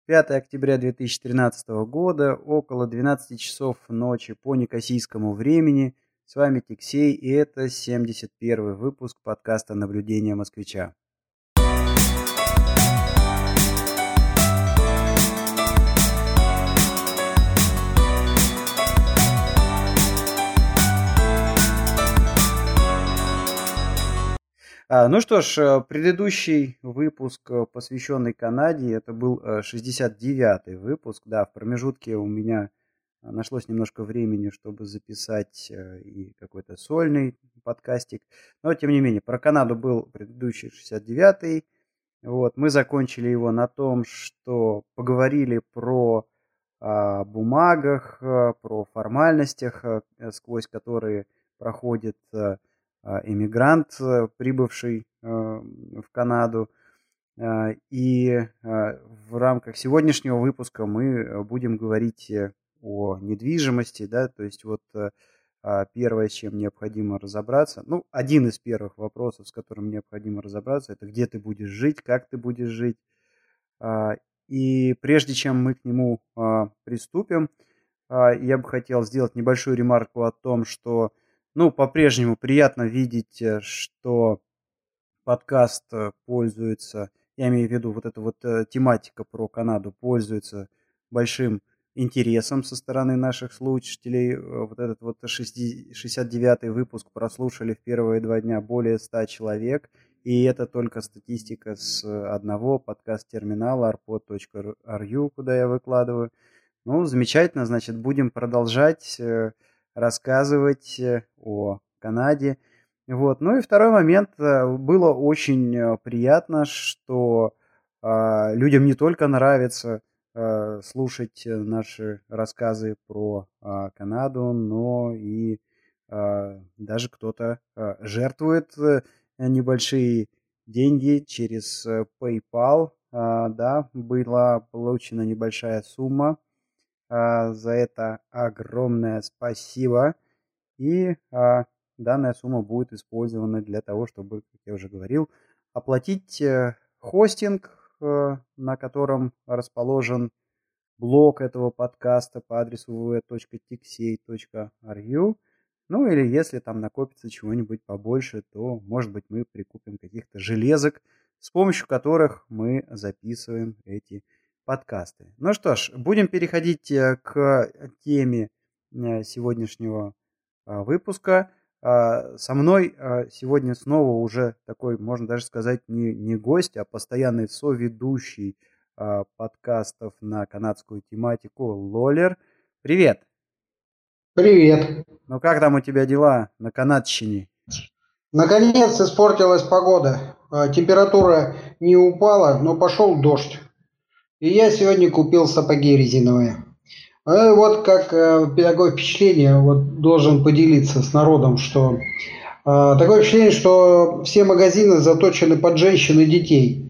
5 октября 2013 года, около 12 часов ночи по некосийскому времени. С вами Тиксей, и это 71-й выпуск подкаста «Наблюдение москвича». Ну что ж, предыдущий выпуск, посвященный Канаде, это был 69-й выпуск. Да, в промежутке у меня нашлось немножко времени, чтобы записать и какой-то сольный подкастик. Но, тем не менее, про Канаду был предыдущий 69-й. Вот, мы закончили его на том, что поговорили про бумагах, про формальностях, сквозь которые проходит иммигрант, прибывший в Канаду. И в рамках сегодняшнего выпуска мы будем говорить о недвижимости, да, то есть вот первое, с чем необходимо разобраться, один из первых вопросов, с которым необходимо разобраться, это где ты будешь жить, как ты будешь жить. И прежде чем мы к нему приступим, я бы хотел сделать небольшую ремарку о том, что по-прежнему приятно видеть, что подкаст пользуется, я имею в виду вот эта вот тематика про Канаду, пользуется большим интересом со стороны наших слушателей. Вот этот вот 69-й выпуск прослушали в первые 2 дня более 100 человек, и это только статистика с одного подкаст-терминала arpod.ru, куда я выкладываю. Замечательно, значит, будем продолжать рассказывать о Канаде. Вот. И второй момент. Было очень приятно, что людям не только нравится слушать наши рассказы про Канаду, но и даже кто-то жертвует небольшие деньги через PayPal. Да, была получена небольшая сумма. За это огромное спасибо. И данная сумма будет использована для того, чтобы, как я уже говорил, оплатить хостинг, на котором расположен блог этого подкаста по адресу www.tixey.ru. Или если там накопится чего-нибудь побольше, то, может быть, мы прикупим каких-то железок, с помощью которых мы записываем эти подкасты. Ну что ж, будем переходить к теме сегодняшнего выпуска. Со мной сегодня снова уже такой, можно даже сказать, не гость, а постоянный соведущий подкастов на канадскую тематику Лолер. Привет! Привет! Как там у тебя дела на канадщине? Наконец испортилась погода. Температура не упала, но пошел дождь. И я сегодня купил сапоги резиновые. Вот как такое впечатление, должен поделиться с народом, что такое впечатление, что все магазины заточены под женщин и детей.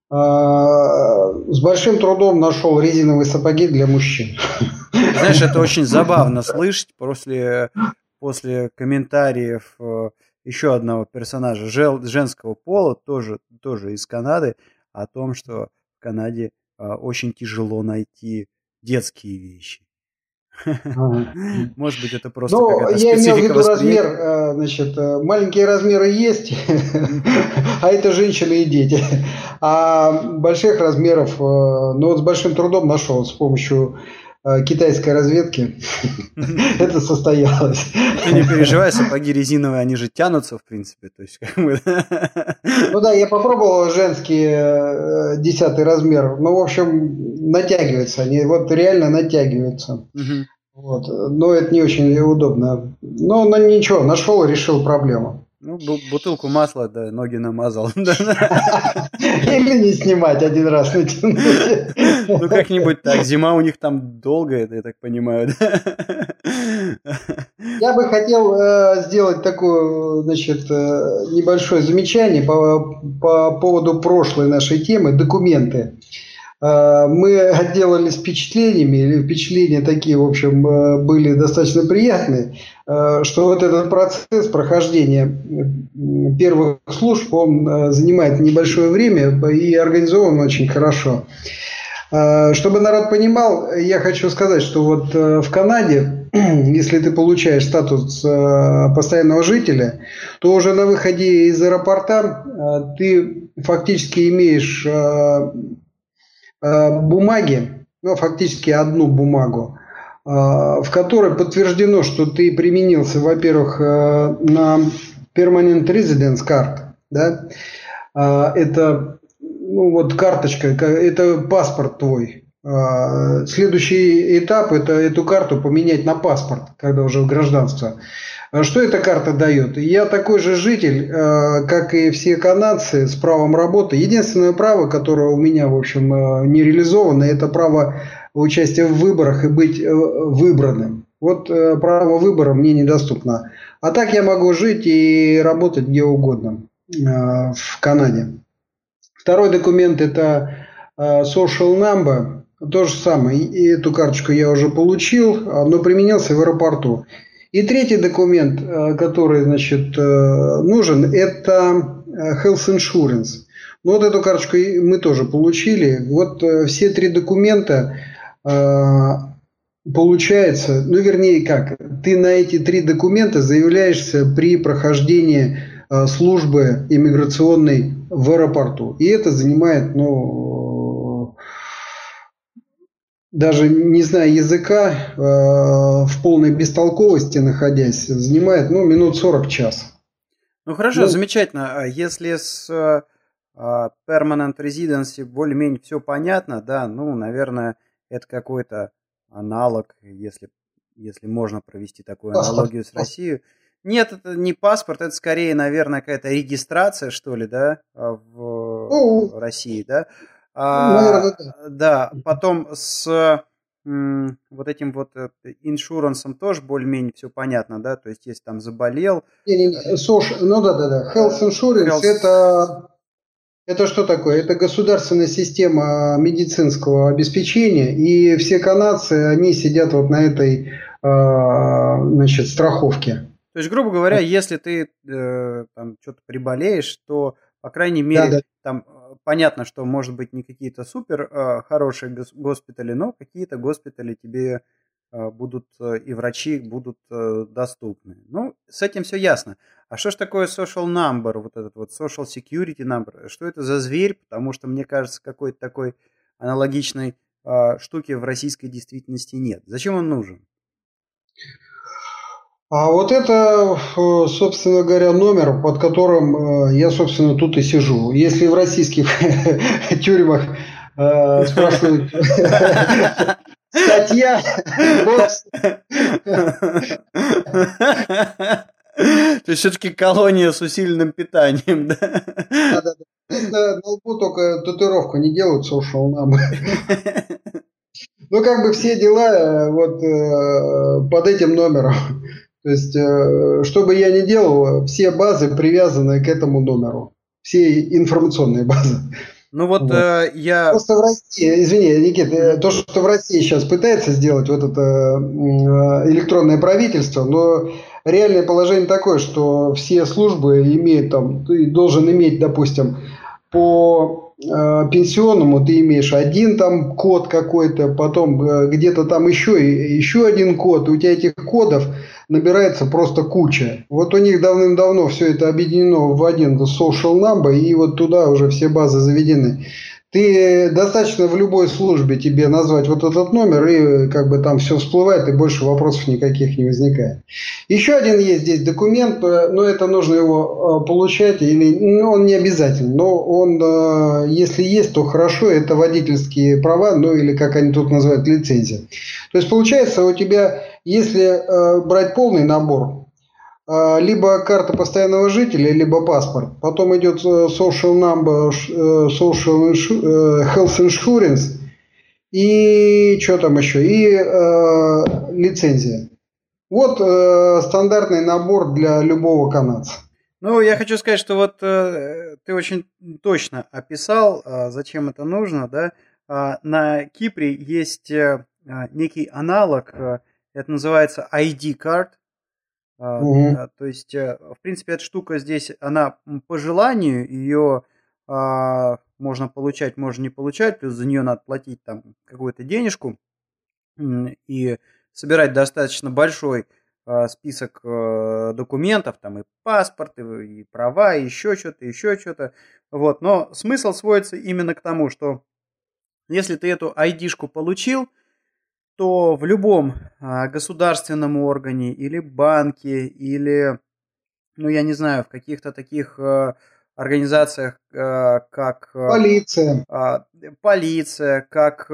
С большим трудом нашел резиновые сапоги для мужчин. Знаешь, это очень забавно слышать после комментариев еще одного персонажа женского пола, тоже из Канады, о том, что в Канаде очень тяжело найти детские вещи. Может быть, это просто какая-то специфика я имел в виду восприятия. размер, маленькие размеры есть, а это женщины и дети. А больших размеров, с большим трудом нашел с помощью китайской разведки. Это состоялось. Ты не переживай, сапоги резиновые, они же тянутся, в принципе. То есть, я попробовал женские 10-й размер. В общем, натягиваются. Они реально натягиваются. Но это не очень удобно. Но ничего, нашел и решил проблему. Бутылку масла, да, ноги намазал. Или не снимать, один раз натянуть. Как-нибудь так. Зима у них там долгая, я так понимаю. Я бы хотел сделать такое, небольшое замечание по поводу прошлой нашей темы, документы. Мы отделались впечатления такие, в общем, были достаточно приятные, что этот процесс прохождения первых служб, он занимает небольшое время и организован очень хорошо. Чтобы народ понимал, я хочу сказать, что вот в Канаде, если ты получаешь статус постоянного жителя, то уже на выходе из аэропорта ты фактически имеешь бумаги, ну, фактически одну бумагу, в которой подтверждено, что ты применился, во-первых, на Permanent Residence Card, да, это, ну, вот карточка, это паспорт твой. Следующий этап – это эту карту поменять на паспорт, когда уже в гражданство. Что эта карта дает? Я такой же житель, как и все канадцы, с правом работы. Единственное право, которое у меня, в общем, не реализовано, это право участия в выборах и быть выбранным. Вот право выбора мне недоступно. А так я могу жить и работать где угодно в Канаде. Второй документ – это social number. То же самое. И эту карточку я уже получил, но применился в аэропорту. И третий документ, который, значит, нужен, это health insurance. Ну, вот эту карточку мы тоже получили. Вот все три документа получается, ну, вернее, как, ты на эти три документа заявляешься при прохождении службы иммиграционной в аэропорту. И это занимает, ну, даже не зная языка, в полной бестолковости находясь, занимает, ну, минут 40 час. Ну хорошо, замечательно. Если с Permanent Residency более-менее все понятно, да, ну, наверное, это какой-то аналог, если можно провести такую аналогию с Россией. Нет, это не паспорт, это скорее, наверное, какая-то регистрация, что ли, да, в России, да. Наверное, да, потом с вот этим вот иншурансом тоже более-менее все понятно, да, то есть если там заболел. Ну да. Health Insurance это что такое? Это государственная система медицинского обеспечения, и все канадцы, они сидят вот на этой, значит, страховке. То есть, грубо говоря, если ты там что-то приболеешь, то, по крайней мере, там понятно, что, может быть, не какие-то супер хорошие госпитали, но какие-то госпитали тебе будут и врачи будут доступны. Ну, с этим все ясно. А что ж такое social number, вот этот вот social security number? Что это за зверь? Потому что, мне кажется, какой-то такой аналогичной штуки в российской действительности нет. Зачем он нужен? А вот это, собственно говоря, номер, под которым я, собственно, тут и сижу. Если в российских тюрьмах спрашивают статья, то есть все-таки колония с усиленным питанием, да? Да. На лбу только татуировку не делают, social number. Ну, как бы все дела вот под этим номером. То есть, что бы я ни делал, все базы привязаны к этому номеру. Все информационные базы. Ну вот, я... Просто в России, извини, Никита, то, что в России сейчас пытается сделать вот это электронное правительство, но реальное положение такое, что все службы имеют там, ты должен иметь, допустим, по пенсионному ты имеешь один там код какой-то, потом где-то там еще один код, у тебя этих кодов набирается просто куча. Вот у них давным-давно все это объединено в один social number, и вот туда уже все базы заведены. Ты достаточно в любой службе тебе назвать вот этот номер, и как бы там все всплывает, и больше вопросов никаких не возникает. Еще один есть здесь документ, но это нужно его получать, или ну, он не обязательно, но он, если есть, то хорошо, это водительские права, ну или как они тут называют, лицензия. То есть получается у тебя, если брать полный набор, либо карта постоянного жителя, либо паспорт. Потом идет social number, social health insurance и что там еще? И лицензия. Вот стандартный набор для любого канадца. Ну, я хочу сказать, что вот ты очень точно описал, зачем это нужно, да. На Кипре есть некий аналог, это называется ID-карт. То есть, в принципе, эта штука здесь, она по желанию, ее можно получать, можно не получать, плюс за нее надо платить там какую-то денежку и собирать достаточно большой список документов, там и паспорт, и права, и еще что-то. Вот. Но смысл сводится именно к тому, что если ты эту ID-шку получил, то в любом государственном органе или банке, или, ну, я не знаю, в каких-то таких организациях, как полиция, как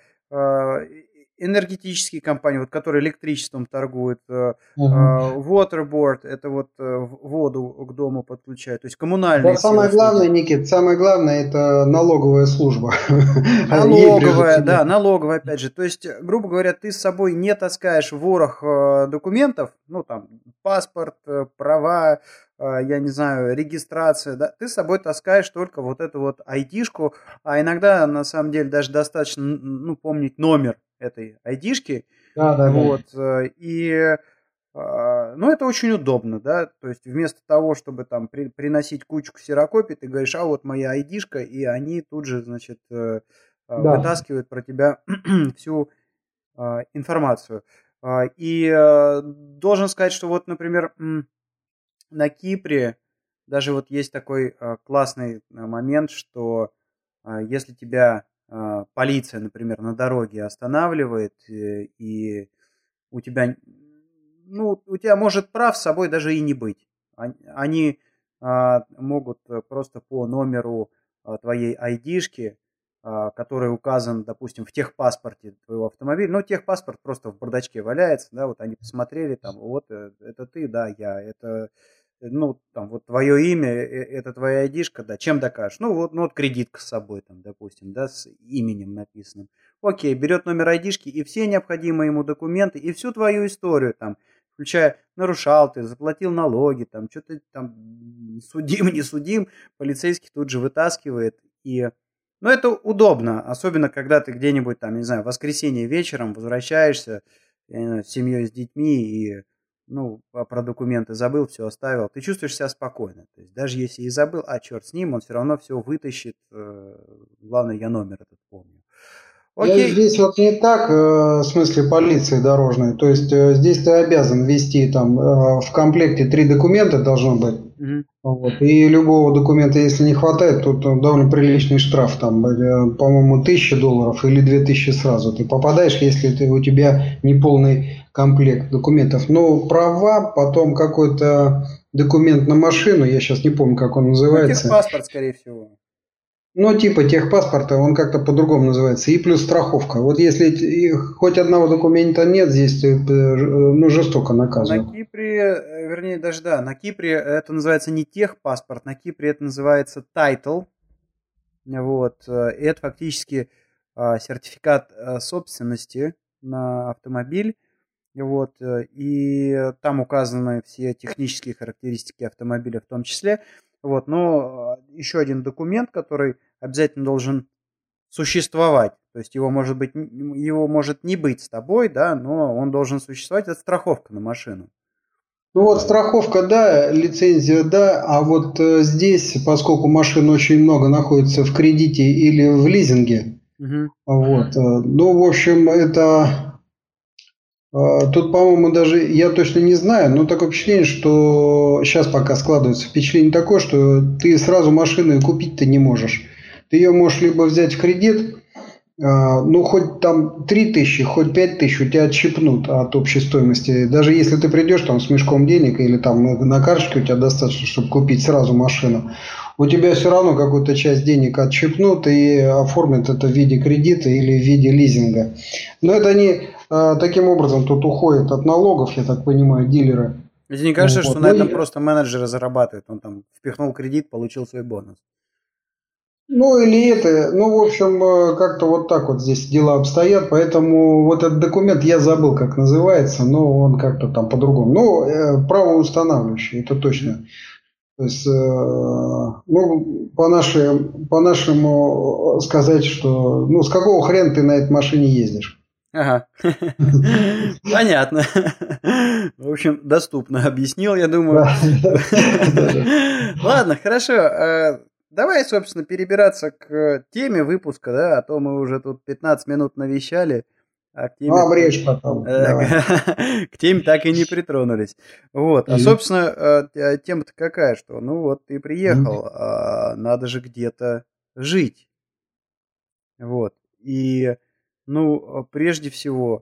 энергетические компании, вот, которые электричеством торгуют, Waterboard, это вот воду к дому подключают, то есть коммунальные. Да, самое главное, Никит, самое главное, это налоговая служба. Налоговая, да, налоговая, опять же. То есть, грубо говоря, ты с собой не таскаешь ворох документов, ну, там, паспорт, права, я не знаю, регистрация, да, ты с собой таскаешь только вот эту вот ID-шку, а иногда, на самом деле, даже достаточно, ну, помнить номер этой ID-шки. Да. Вот, и, ну, это очень удобно, да, то есть вместо того, чтобы там приносить кучку ксерокопий, ты говоришь, а вот моя ID-шка, и они тут же, значит, вытаскивают про тебя всю информацию. И должен сказать, что вот, например, на Кипре даже вот есть такой классный момент, что если тебя полиция, например, на дороге останавливает, и у тебя, ну, у тебя может прав с собой даже и не быть. Они могут просто по номеру твоей ID-шки, который указан, допустим, в техпаспорте твоего автомобиля, но техпаспорт просто в бардачке валяется, да, вот они посмотрели, там, вот, это ты, да, я, это, ну, там, вот твое имя, это твоя ID-шка, да, чем докажешь? Ну, вот кредитка с собой, там, допустим, да, с именем написанным. Окей, берет номер ID-шки и все необходимые ему документы, и всю твою историю, там, включая, нарушал ты, заплатил налоги, там, что-то там, судим, не судим, полицейский тут же вытаскивает, и... Ну, это удобно, особенно когда ты где-нибудь там, не знаю, в воскресенье вечером возвращаешься, я не знаю, с семьей, с детьми, и, ну, про документы забыл, все оставил. Ты чувствуешь себя спокойно. То есть даже если и забыл, черт с ним, он все равно все вытащит. Главное, я номер этот помню. Окей. Здесь вот не так, в смысле полиции дорожной. То есть здесь ты обязан вести там в комплекте 3 документа должно быть. Вот. И любого документа, если не хватает, то довольно приличный штраф. Там, по-моему, $1000 или 2000 сразу. Ты попадаешь, если у тебя не полный комплект документов. Но права, потом какой-то документ на машину, я сейчас не помню, как он называется. Ну, техпаспорт, скорее всего. Ну, типа техпаспорта, он как-то по-другому называется. И плюс страховка. Вот если хоть одного документа нет, здесь ты, ну, жестоко наказывают. На Кипре, вернее, даже да, на Кипре это называется не техпаспорт, на Кипре это называется title. Вот. И это фактически сертификат собственности на автомобиль. Вот. И там указаны все технические характеристики автомобиля в том числе. Вот. Но еще один документ, который обязательно должен существовать. То есть его может не быть с тобой, да, но он должен существовать. Это страховка на машину. Ну вот страховка, да, лицензия, да, а вот здесь, поскольку машин очень много находится в кредите или в лизинге, вот, ну, в общем, это... Тут, по-моему, даже, я точно не знаю, но такое впечатление, что сейчас пока складывается впечатление такое, что ты сразу машину купить-то не можешь. Ты ее можешь либо взять в кредит, ну, хоть там 3000, хоть 5000 у тебя отщипнут от общей стоимости. Даже если ты придешь там с мешком денег или там на карточке у тебя достаточно, чтобы купить сразу машину, у тебя все равно какую-то часть денег отщипнут и оформят это в виде кредита или в виде лизинга. Но это они таким образом тут уходят от налогов, я так понимаю, дилеры. Тебе не кажется, что на этом просто менеджеры зарабатывают? Он там впихнул кредит, получил свой бонус. Ну, или это, ну, в общем, как-то вот так вот здесь дела обстоят, поэтому вот этот документ, я забыл, как называется, но он как-то там по-другому. Ну, правоустанавливающий, это точно. То есть, ну, по-нашему сказать, что, ну, с какого хрена ты на этой машине ездишь? Ага, понятно. В общем, доступно объяснил, я думаю. Ладно, хорошо. давай, собственно, перебираться к теме выпуска, да, а то мы уже тут 15 минут навещали, а к теме, Обрежь потом, давай. к теме так и не притронулись. Вот, а, собственно, тема-то какая, что, ну вот, ты приехал, надо же где-то жить. Вот, и, ну, прежде всего,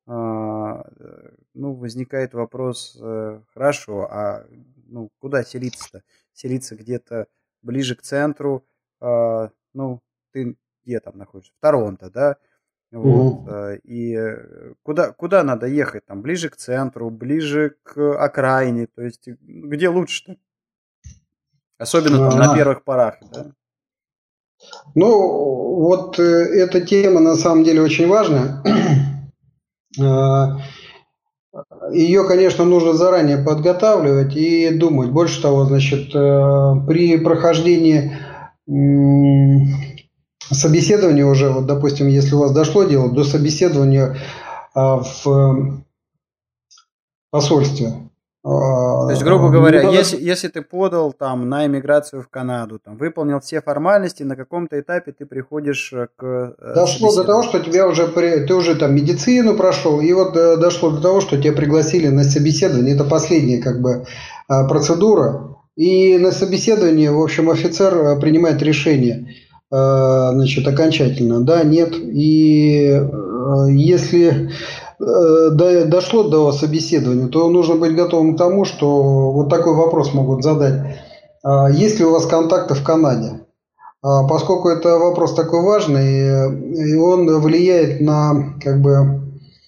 ну, возникает вопрос, хорошо, а ну, куда селиться-то? Селиться где-то ближе к центру, ну, ты где там находишься? В Торонто, да? Вот, и куда надо ехать? Там ближе к центру, ближе к окраине, то есть где лучше-то? Особенно там на первых порах, да? Ну, вот эта тема на самом деле очень важная. Ее, конечно, нужно заранее подготавливать и думать. Больше того, значит, при прохождении собеседования уже, вот, допустим, если у вас дошло дело до собеседования в посольстве. То есть, грубо говоря, если ты подал там на иммиграцию в Канаду, там, выполнил все формальности, на каком-то этапе ты приходишь к дошло до того, что тебя уже ты уже там медицину прошел, и вот дошло до того, что тебя пригласили на собеседование. Это последняя как бы процедура. И на собеседовании, в общем, офицер принимает решение, значит, окончательно, да, нет. И если дошло до собеседования, то нужно быть готовым к тому, что вот такой вопрос могут задать. Есть ли у вас контакты в Канаде? Поскольку это вопрос такой важный, и он влияет на как бы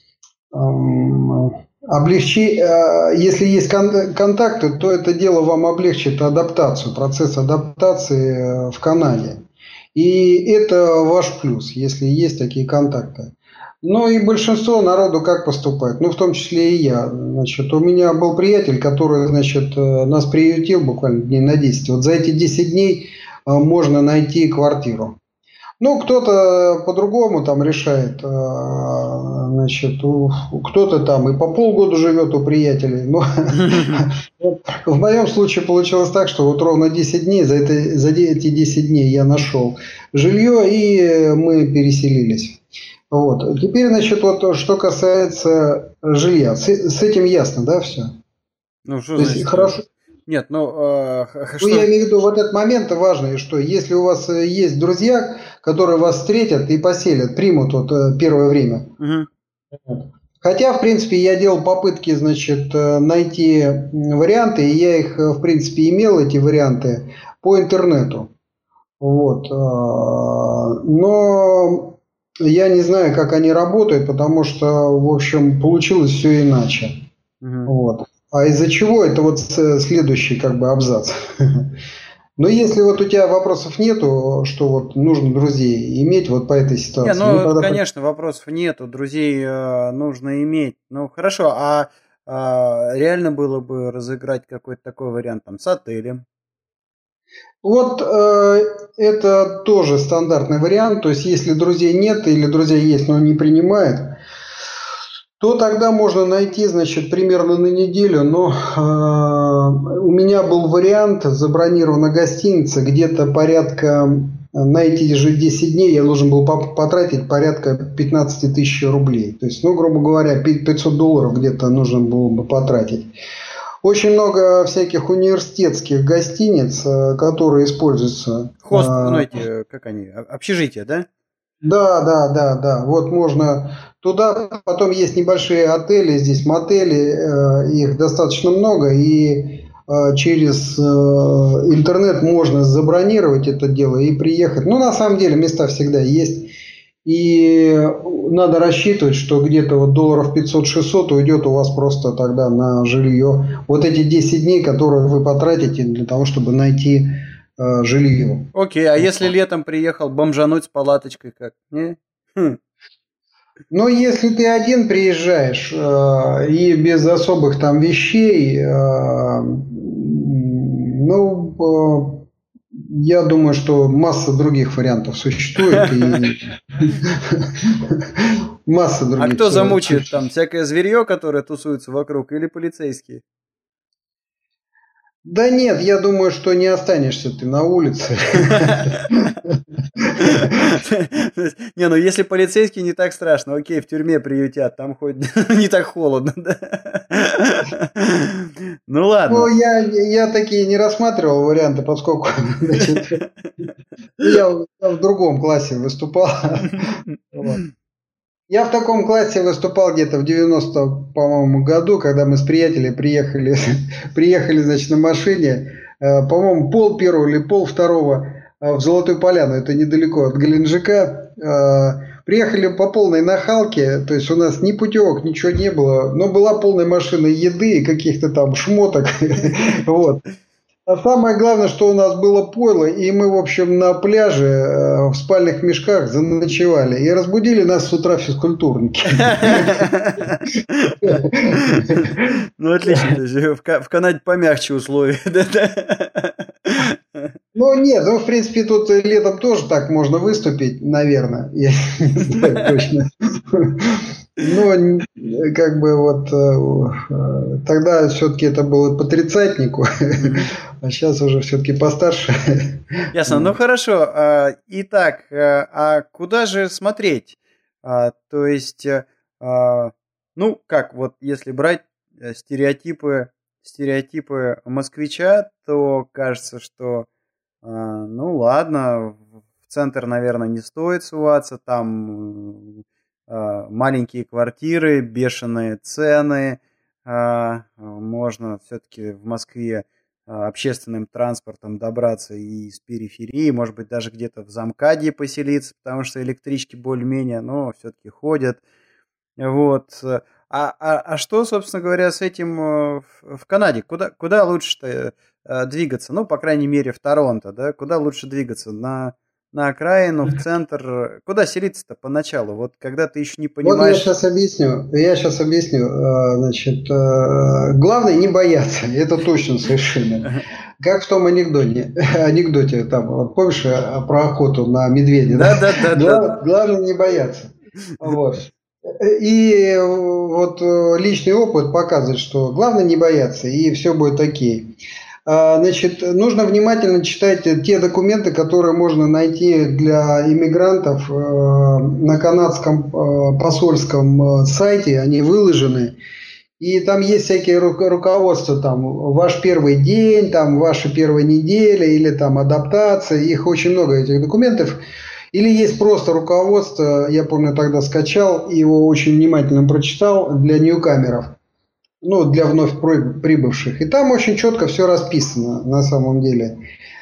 если есть контакты, то это дело вам облегчит адаптацию, процесс адаптации в Канаде. И это ваш плюс, если есть такие контакты. Ну и большинство народу как поступает? Ну, в том числе и я. Значит, у меня был приятель, который, значит, нас приютил буквально дней на 10. Вот за эти 10 дней можно найти квартиру. Ну, кто-то по-другому там решает, значит, кто-то там и по полгода живет у приятелей. Но в моем случае получилось так, что вот ровно 10 дней, за эти 10 дней я нашел жилье, и мы переселились. Вот. Теперь, значит, вот что касается жилья. С этим ясно, да, все? Ну, что значит? Хорошо. Нет, ну, что... я имею в виду, вот этот момент важный, что если у вас есть друзья, которые вас встретят и поселят, примут вот первое время. Хотя, в принципе, я делал попытки, значит, найти варианты, и я их, в принципе, имел, эти варианты, по интернету. Вот. Но я не знаю, как они работают, потому что, в общем, получилось все иначе. Вот. А из-за чего? Это вот следующий как бы абзац. Но если вот у тебя вопросов нету, что вот нужно друзей иметь вот по этой ситуации. Не, ну, конечно, вопросов нету, друзей нужно иметь. Ну, хорошо, а реально было бы разыграть какой-то такой вариант там с отелем? Вот это тоже стандартный вариант. То есть, если друзей нет или друзья есть, но не принимает, то тогда можно найти, значит, примерно на неделю. Но у меня был вариант, забронирована гостиница, где-то порядка, на эти же 10 дней я должен был потратить порядка 15 тысяч рублей. То есть, ну, грубо говоря, $500 где-то нужно было бы потратить. Очень много всяких университетских гостиниц, которые используются. Ну, эти, как они, общежития, да? Да. Вот можно туда. Потом есть небольшие отели, здесь мотели, их достаточно много. И через интернет можно забронировать это дело и приехать. Ну, на самом деле, места всегда есть. И надо рассчитывать, что где-то вот долларов 500-600 уйдет у вас просто тогда на жилье. Вот эти 10 дней, которые вы потратите для того, чтобы найти жилье. Окей, а если летом приехал бомжануть с палаточкой, как? Не? Ну, если ты один приезжаешь и без особых там вещей, ну, я думаю, что масса других вариантов существует. Масса других. А кто замучает там? Всякое зверье, которое тусуется вокруг, или полицейские? Да нет, я думаю, что не останешься ты на улице. Не, ну если полицейский, не так страшно. Окей, в тюрьме приютят, там хоть не так холодно, да? Ну Ну, ладно. я такие не рассматривал варианты, поскольку, значит, я в другом классе выступал. Вот. Я в таком классе выступал где-то в 90, по-моему, году, когда мы с приятелем приехали, значит, на машине, по-моему, пол первого или пол второго в Золотую Поляну, это недалеко от Геленджика. Приехали по полной нахалке, то есть у нас ни путевок, ничего не было, но была полная машина еды и каких-то там шмоток. Вот. А самое главное, что у нас было пойло, и мы, в общем, на пляже в спальных мешках заночевали. И разбудили нас с утра физкультурники. Ну, отлично. То есть в Канаде помягче условия. Ну, нет, ну, в принципе, тут летом тоже так можно выступить, наверное. Я не знаю точно. Но как бы вот тогда все-таки это было по тридцатнику, а сейчас уже все-таки постарше. Ясно. Ну хорошо. Итак, а куда же смотреть? То есть, ну как, вот если брать стереотипы москвича, то кажется, что ну ладно, в центр, наверное, не стоит суваться, там маленькие квартиры, бешеные цены, можно все-таки в Москве общественным транспортом добраться и с периферии, может быть, даже где-то в Замкадье поселиться, потому что электрички более-менее, но все-таки ходят. Вот. А что, собственно говоря, с этим в Канаде? Куда лучше-то двигаться? Ну, по крайней мере, в Торонто, да? Куда лучше двигаться? На окраину, в центр? Куда селиться-то поначалу? Вот когда ты еще не Вот я понимаешь... сейчас объясню. Значит, главное не бояться. Это точно совершенно. Как в том анекдоте, там, вот помнишь про охоту на медведя? Да. Главное не бояться. Вот. И вот личный опыт показывает, что главное не бояться, и все будет окей. Значит, нужно внимательно читать те документы, которые можно найти для иммигрантов на канадском посольском сайте. Они выложены. И там есть всякие руководства, там, ваш первый день, там, ваша первая неделя или там адаптация. Их очень много, этих документов. Или есть просто руководство, я помню, тогда скачал, и его очень внимательно прочитал для ньюкамеров, ну, для вновь прибывших. И там очень четко все расписано на самом деле.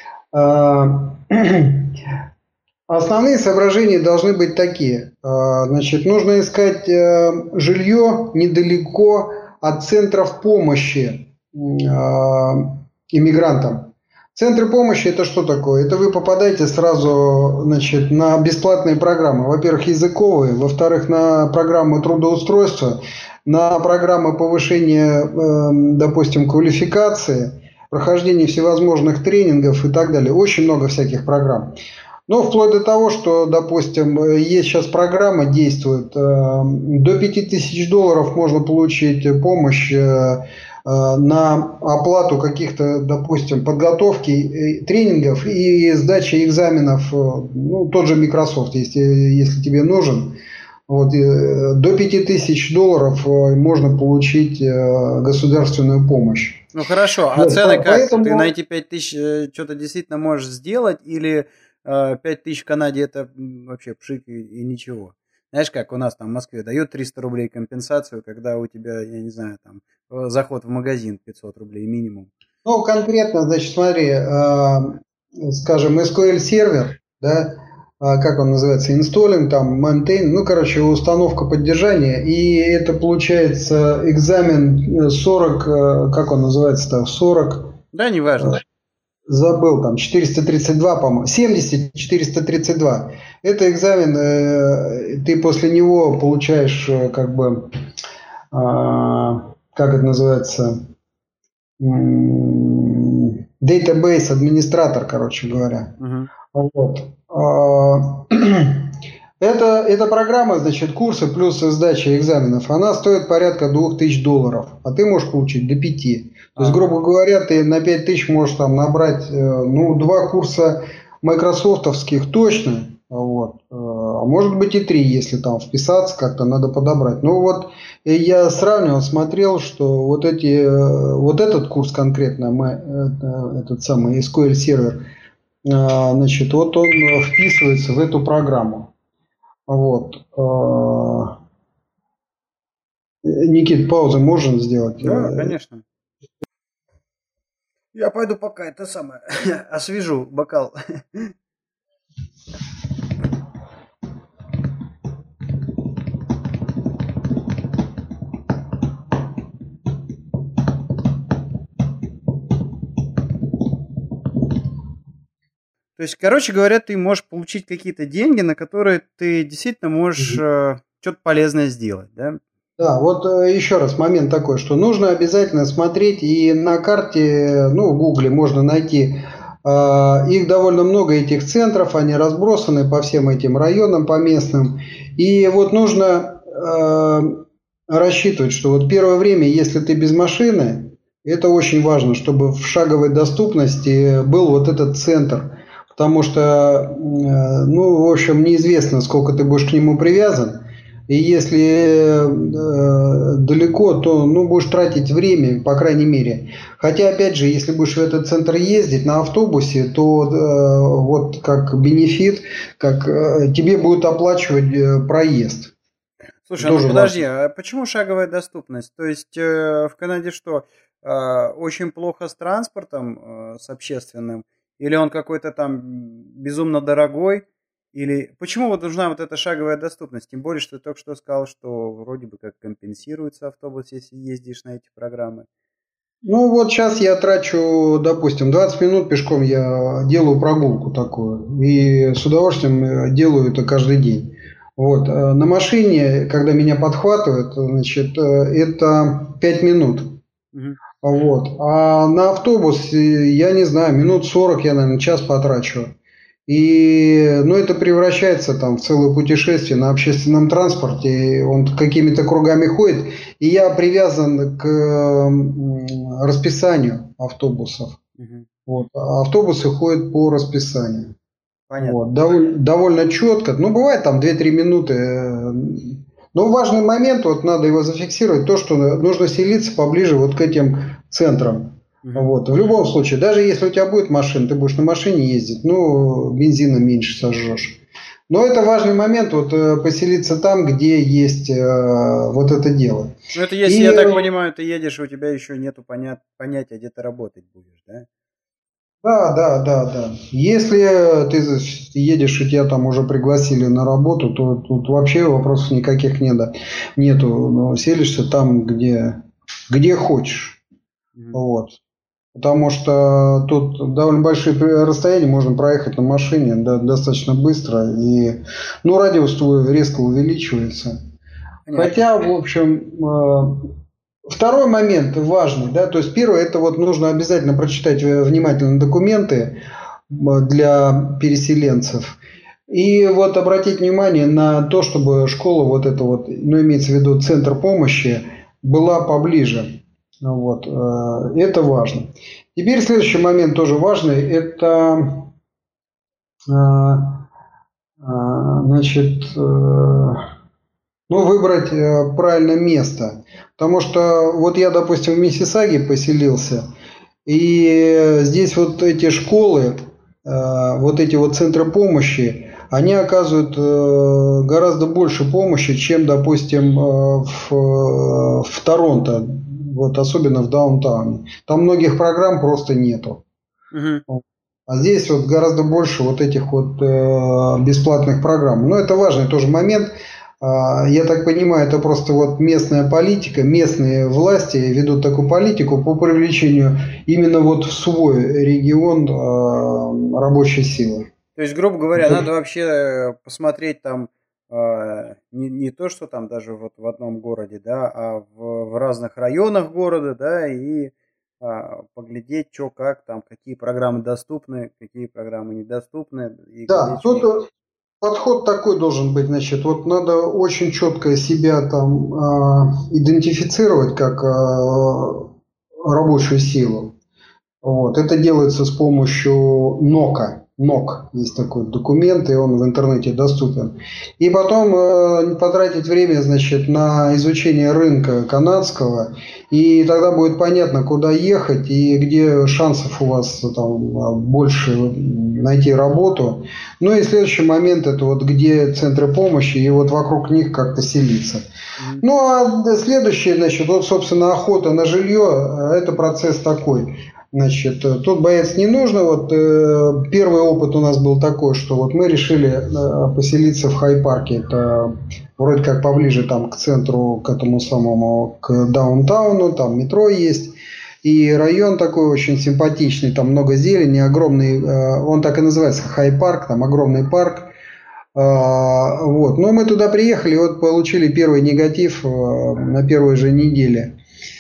Основные соображения должны быть такие. Значит, нужно искать жилье недалеко от центров помощи иммигрантам. Центры помощи – это что такое? Это вы попадаете сразу, значит, на бесплатные программы. Во-первых, языковые, во-вторых, на программы трудоустройства, на программы повышения, допустим, квалификации, прохождения всевозможных тренингов и так далее. Очень много всяких программ. Но вплоть до того, что, допустим, есть сейчас программа, действует, до $5000 можно получить помощь на оплату каких-то, допустим, подготовки тренингов и сдачи экзаменов, ну, тот же Microsoft, если тебе нужен. Вот, до $5000 можно получить государственную помощь. Ну хорошо, а вот, цены как? Поэтому... Ты на эти 5000 что-то действительно можешь сделать, или 5000 в Канаде это вообще пшик и ничего? Знаешь, как у нас там в Москве дают 300 рублей компенсацию, когда у тебя, я не знаю, там заход в магазин 500 рублей минимум. Ну, конкретно, значит, смотри, скажем, SQL сервер, да, как он называется, инсталлинг, там, maintain, ну, короче, установка поддержания, и это получается экзамен 40, как он называется-то, 40... Да, неважно. Забыл, там 432, по-моему, 70-432. Это экзамен, ты после него получаешь, как бы, как это называется, database администратор, короче говоря. Угу. Вот. Эта программа, значит, курсы плюс сдача экзаменов, она стоит порядка $2000, а ты можешь получить до 5. То есть, Ага. грубо говоря, ты на 5000 можешь там набрать, ну, 2 курса майкрософтовских точно, вот, а может быть и 3, если там вписаться как-то надо подобрать. Ну вот я сравнивал, смотрел, что вот этот курс конкретно, этот самый SQL сервер, значит, вот он вписывается в эту программу. Вот. Никит, паузу можно сделать? Да, конечно. Я пойду пока это самое освежу бокал. То есть, короче говоря, ты можешь получить какие-то деньги, на которые ты действительно можешь что-то полезное сделать, да? Да, вот еще раз момент такой, что нужно обязательно смотреть и на карте, ну, в Гугле можно найти, их довольно много, этих центров, они разбросаны по всем этим районам, по местным. И вот нужно рассчитывать, что вот первое время, если ты без машины, это очень важно, чтобы в шаговой доступности был вот этот центр. Потому что, ну, в общем, неизвестно, сколько ты будешь к нему привязан. И если далеко, то ну, будешь тратить время, по крайней мере. Хотя, опять же, если будешь в этот центр ездить на автобусе, то вот как бенефит, как тебе будут оплачивать проезд. Слушай, ну Тоже подожди, важно. а почему шаговая доступность? То есть в Канаде что, очень плохо с транспортом, с общественным? Или он какой-то там безумно дорогой? Или почему вот нужна вот эта шаговая доступность? Тем более, что ты только что сказал, что вроде бы как компенсируется автобус, если ездишь на эти программы. Ну вот сейчас я трачу, допустим, 20 минут пешком я делаю прогулку такую. И с удовольствием делаю это каждый день. Вот. На машине, когда меня подхватывают, значит, это 5 минут. Мгм. Вот. А на автобус, я не знаю, минут 40 я, наверное, час потрачу. И, ну, это превращается там в целое путешествие на общественном транспорте. Он какими-то кругами ходит. И я привязан к расписанию автобусов. Мгм. Вот. А автобусы ходят по расписанию. Понятно. Вот. Довольно четко. Ну, бывает там 2-3 минуты. Но важный момент, вот надо его зафиксировать, то, что нужно селиться поближе вот к этим центрам. Мгм. Вот. В любом случае, даже если у тебя будет машина, ты будешь на машине ездить, ну, бензина меньше сожжешь. Но это важный момент, вот поселиться там, где есть вот это дело. Ну это если, И я так понимаю, ты едешь, и у тебя еще нету понятия, где ты работать будешь, да? да, да, да, да. Если ты едешь, и тебя там уже пригласили на работу, то тут вообще вопросов никаких нету. Ну, селишься там, где хочешь. Мгм. Вот. Потому что тут довольно большие расстояния можно проехать на машине достаточно быстро. И, ну, радиус твой резко увеличивается. Понятно. Хотя, в общем, второй момент важный, да, то есть первое, это вот нужно обязательно прочитать внимательно документы для переселенцев. И вот обратить внимание на то, чтобы школа вот эта вот, ну, имеется в виду центр помощи, была поближе. Вот, это важно. Теперь следующий момент тоже важный, это, значит, ну, выбрать правильное место. Потому что вот я, допустим, в Миссисаге поселился, и здесь вот эти школы, вот эти вот центры помощи, они оказывают гораздо больше помощи, чем, допустим, в Торонто, вот особенно в даунтауне. Там многих программ просто нету. Мгм. А здесь вот гораздо больше вот этих вот бесплатных программ. Но это важный тоже момент. Я так понимаю, это просто вот местная политика, местные власти ведут такую политику по привлечению именно вот в свой регион рабочей силы. То есть, грубо говоря, надо вообще посмотреть там не то, что там даже вот в одном городе, да, а в разных районах города, да, и поглядеть, что как там, какие программы доступны, какие программы недоступны, и Да, где что. тут Подход такой должен быть, значит, вот надо очень четко себя там идентифицировать как рабочую силу. Вот. Это делается с помощью НОКа. НОК есть такой документ, и он в интернете доступен. И потом потратить время, значит, на изучение рынка канадского, и тогда будет понятно, куда ехать и где шансов у вас там больше найти работу. Ну и следующий момент это вот где центры помощи, и вот вокруг них как-то селиться. Мгм. Ну а следующее, значит, вот собственно охота на жилье, это процесс такой. Значит, тут бояться не нужно. Вот первый опыт у нас был такой, что вот мы решили поселиться в Хай-парке. Это вроде как поближе там к центру, к этому самому, к даунтауну, там метро есть. И район такой очень симпатичный, там много зелени, огромный, он так и называется, Хай-парк, там огромный парк. Вот. Но мы туда приехали, вот получили первый негатив на первой же неделе.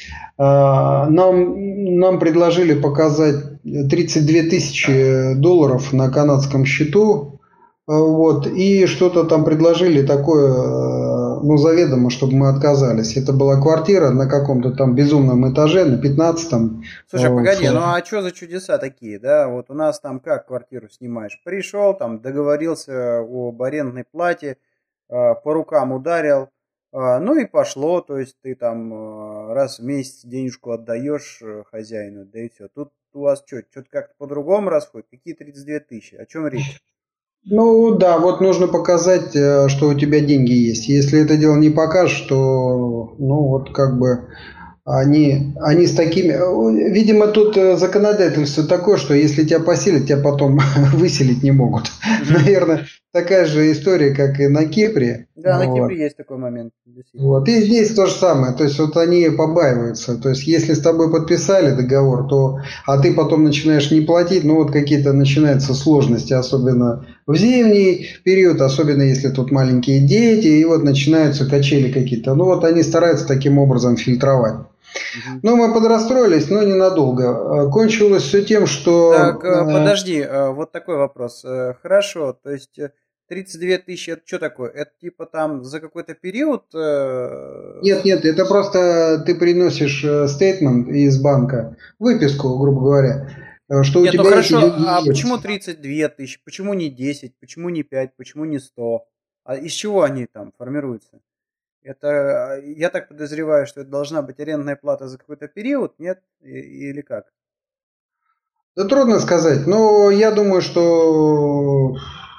Нам предложили показать 32 тысячи долларов на канадском счету. Вот, и что-то там предложили такое, ну, заведомо, чтобы мы отказались. Это была квартира на каком-то там безумном этаже, на 15-м. Слушай, погоди, ну а что за чудеса такие, да? Вот у нас там как квартиру снимаешь? Пришел, там договорился об арендной плате, по рукам ударил, ну и пошло, то есть ты там раз в месяц денежку отдаешь хозяину, да и все. Тут у вас что-то как-то по-другому расходит? Какие 32 тысячи? О чем речь? Ну да, вот нужно показать, что у тебя деньги есть. Если это дело не покажешь, то, ну вот как бы они с такими... Видимо, тут законодательство такое, что если тебя поселят, тебя потом выселить не могут. Мгм. Наверное, такая же история, как и на Кипре. Да, на Вот. Кипре есть такой момент, действительно. Вот. И здесь то же самое. То есть вот они побаиваются. То есть если с тобой подписали договор, то, а ты потом начинаешь не платить, ну вот какие-то начинаются сложности, особенно в зимний период, особенно если тут маленькие дети, и вот начинаются качели какие-то. Ну вот они стараются таким образом фильтровать. Мгм. Ну, мы подрастроились, но ненадолго. Кончилось все тем, Так, что подожди, вот такой вопрос. Хорошо, то есть 32 тысячи, это что такое? Это типа там за какой-то период? нет, нет, это просто ты приносишь стейтмент из банка, выписку, грубо говоря, что у Нет, ну тебя эти хорошо, деньги а есть. почему 32 тысячи? Почему не 10? Почему не 5? Почему не 100? А из чего они там формируются? Это, я так подозреваю, что это должна быть арендная плата за какой-то период, нет? Или как? Да трудно сказать, но я думаю, что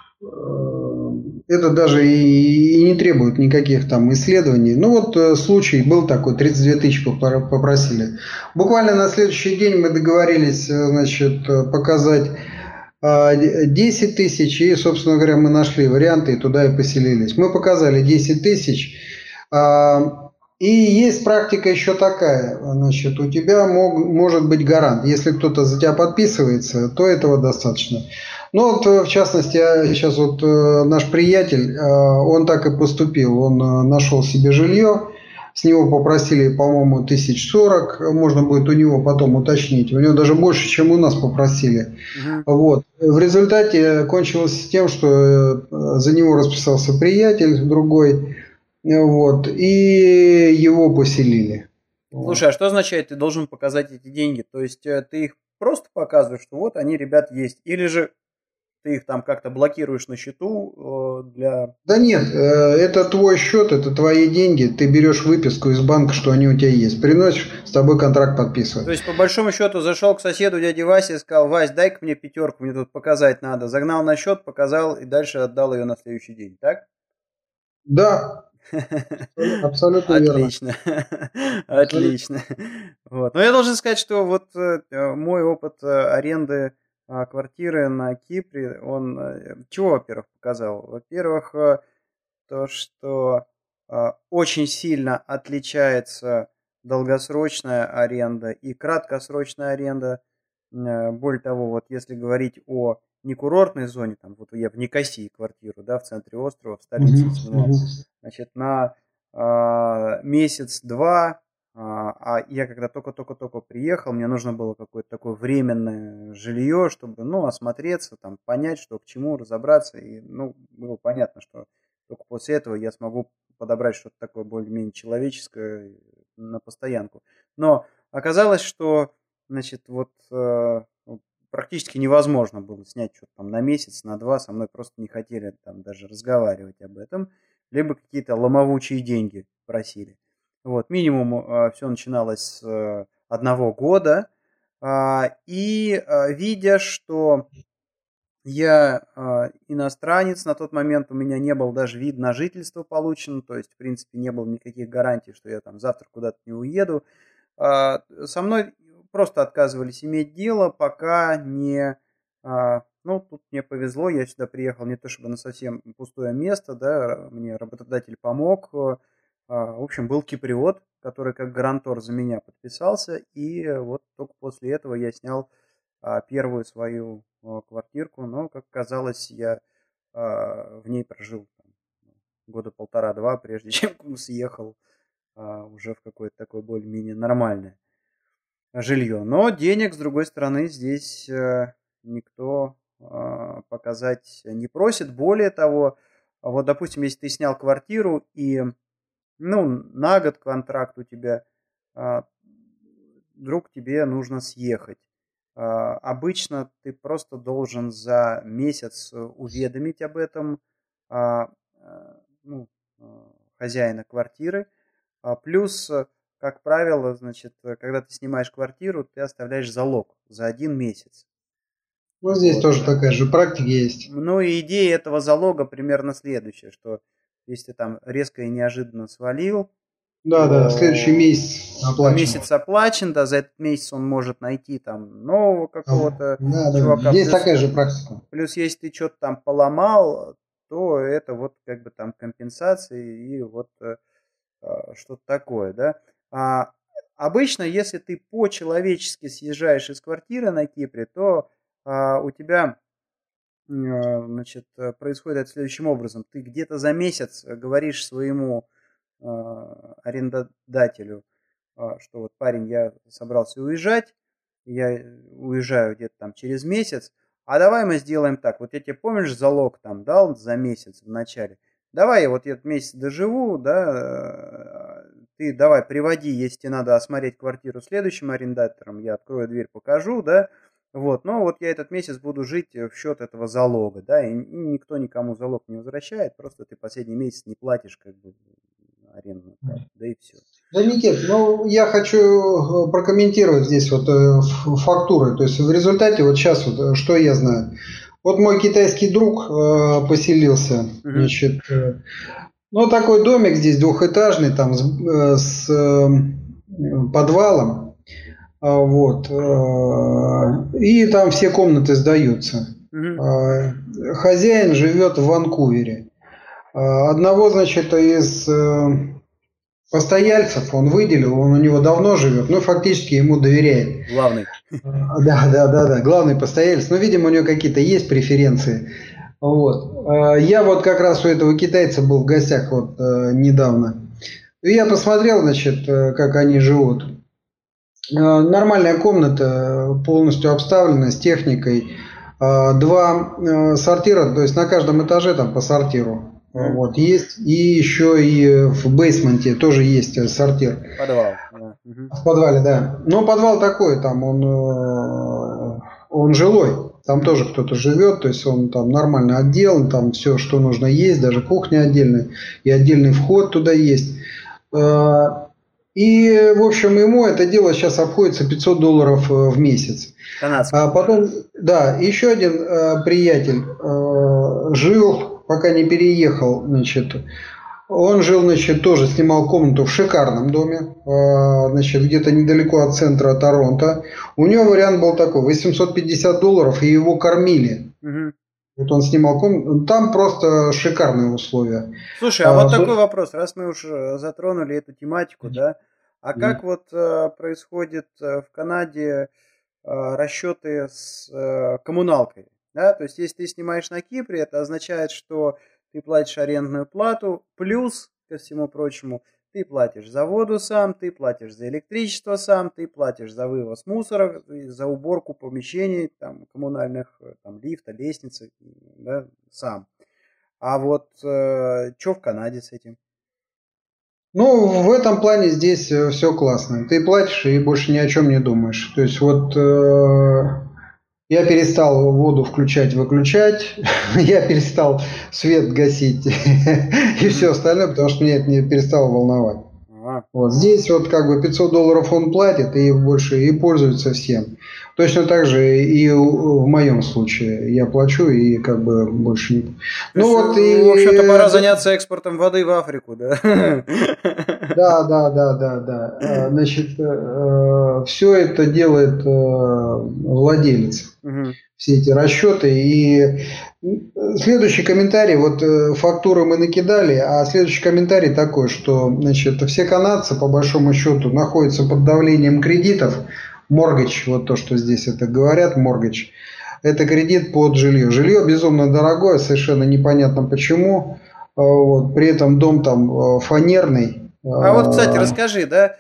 это даже и не требует никаких там исследований. Ну вот случай был такой, 32 тысячи попросили. Буквально на следующий день мы договорились, значит, показать 10 тысяч, и, собственно говоря, мы нашли варианты и туда и поселились. Мы показали 10 тысяч, и есть практика еще такая, значит, у тебя может быть гарант. Если кто-то за тебя подписывается, то этого достаточно. Ну вот, в частности, сейчас вот наш приятель, он так и поступил. Он нашел себе жилье, с него попросили, по-моему, 1040, можно будет у него потом уточнить. У него даже больше, чем у нас попросили. Мгм. Вот. В результате кончилось тем, что за него расписался приятель другой, вот, и его поселили. Вот. Слушай, а что означает, ты должен показать эти деньги? То есть ты их просто показываешь, что вот они, ребят, есть. Или же ты их там как-то блокируешь на счету для... Да нет, это твой счет, это твои деньги. Ты берешь выписку из банка, что они у тебя есть. Приносишь, с тобой контракт То подписывают. есть, по большому счету, зашел к соседу дяде Васе и сказал: Вась, дай-ка мне пятерку, мне тут показать надо. Загнал на счет, показал и дальше отдал ее на следующий день, так? Да, абсолютно верно. Отлично. Абсолютно. Отлично. Вот. Но я должен сказать, что вот мой опыт аренды квартиры на Кипре, он чего, во-первых, показал? Во-первых, то, что очень сильно отличается долгосрочная аренда и краткосрочная аренда. Более того, вот если говорить о некурортной зоне, там вот я в Никосии квартиру, да, в центре острова, в Мгм, столице снимал, мгм. значит, на месяц-два, А я когда только-только-только приехал, мне нужно было какое-то такое временное жилье, чтобы, ну, осмотреться, там, понять, что к чему, разобраться. И, ну, было понятно, что только после этого я смогу подобрать что-то такое более-менее человеческое на постоянку. Но оказалось, что, значит, вот практически невозможно было снять что-то там на месяц, на два. Со мной просто не хотели там даже разговаривать об этом. Либо какие-то ломовучие деньги просили. Вот, минимум все начиналось с 1 года. Видя, что я иностранец, на тот момент у меня не был даже вид на жительство получен, то есть, в принципе, не было никаких гарантий, что я там завтра куда-то не уеду. Со мной просто отказывались иметь дело, пока не... Ну, тут мне повезло, я сюда приехал не то чтобы на совсем пустое место, да, мне работодатель помог. В общем, был киприот, который как гарантор за меня подписался, и вот только после этого я снял первую свою квартирку, но, как казалось, я в ней прожил там, года полтора-два, прежде чем съехал уже в какое-то такое более-менее нормальное жилье. Но денег, с другой стороны, здесь никто показать не просит. Более того, вот, допустим, если ты снял квартиру и, ну, на год контракт у тебя, вдруг тебе нужно съехать. Обычно ты просто должен за месяц уведомить об этом ну, хозяина квартиры. Плюс, как правило, значит, когда ты снимаешь квартиру, ты оставляешь залог за 1 месяц. Ну, здесь Вот. тоже такая же практика есть. Ну и идея этого залога примерно следующая, что если ты там резко и неожиданно свалил, Да, следующий месяц оплачен. месяц оплачен, да, за этот месяц он может найти там нового какого-то Да, чувака. есть такая же практика. Плюс, если ты что-то там поломал, то это вот как бы там компенсации и вот что-то такое, да. Обычно, если ты по-человечески съезжаешь из квартиры на Кипре, то у тебя значит, происходит это следующим образом. Ты где-то за месяц говоришь своему арендодателю, что вот, парень, я собрался уезжать, я уезжаю где-то там через месяц, а давай мы сделаем так. Вот я тебе, помнишь, залог там дал за месяц в начале? Давай я вот этот месяц доживу, да, ты давай приводи, если тебе надо осмотреть квартиру следующим арендатором, я открою дверь, покажу, да, вот, но вот я этот месяц буду жить в счет этого залога, да, и никто никому залог не возвращает, просто ты последний месяц не платишь как бы арендную плату, да и все. Да, Никит, ну я хочу прокомментировать здесь вот фактуры. То есть в результате вот сейчас вот что я знаю. Вот мой китайский друг поселился, значит, ну такой домик здесь двухэтажный, там с подвалом, вот, и там все комнаты сдаются. Хозяин живет в Ванкувере. Одного, значит, из постояльцев он выделил, он у него давно живет, ну, фактически ему доверяет. Главный. Да, главный постояльец. Ну, видимо, у него какие-то есть преференции. Вот. Я вот как раз у этого китайца был в гостях вот недавно. И я посмотрел, значит, как они живут. Нормальная комната, полностью обставлена с техникой. 2 сортира, то есть на каждом этаже там по сортиру. Вот, есть. И еще и в бейсменте тоже есть сортир. Подвал. В подвале, да. Но подвал такой, там он жилой. Там тоже кто-то живет, то есть он там нормально отделан, там все, что нужно есть, даже кухня отдельная, и отдельный вход туда есть. И, в общем, ему это дело сейчас обходится $500 в месяц. Канадский. А потом, да, еще один приятель жил, пока не переехал, значит, он жил, значит, тоже снимал комнату в шикарном доме, значит, где-то недалеко от центра Торонто. У него вариант был такой, $850, и его кормили. Вот он снимал комнату, там просто шикарные условия. Слушай, а вот такой вопрос, раз мы уж затронули эту тематику, да, а как вот происходит в Канаде расчеты с коммуналкой, да, то есть если ты снимаешь на Кипре, это означает, что ты платишь арендную плату, плюс, ко всему прочему, Ты платишь за воду сам, ты платишь за электричество сам, ты платишь за вывоз мусора, за уборку помещений, там, коммунальных, там, лифта, лестницы, да, сам. А вот что в Канаде с этим? Ну, в этом плане здесь все классно. Ты платишь и больше ни о чем не думаешь. То есть вот я перестал воду включать-выключать, я перестал свет гасить и все остальное, потому что меня это не перестало волновать. Вот здесь вот как бы $500 он платит и больше и пользуется всем. Точно так же и в моем случае я плачу и как бы больше не. Ну вот и в общем-то пора заняться экспортом воды в Африку, да? Да. Значит, все это делает владелец. Все эти расчеты. И следующий комментарий, вот фактуры мы накидали, а следующий комментарий такой, что значит, все канадцы по большому счету находятся под давлением кредитов. Моргидж, вот то, что здесь это говорят, моргидж, это кредит под жилье. Жилье безумно дорогое, совершенно непонятно почему. Вот, при этом дом там фанерный. А вот, кстати, расскажи, да,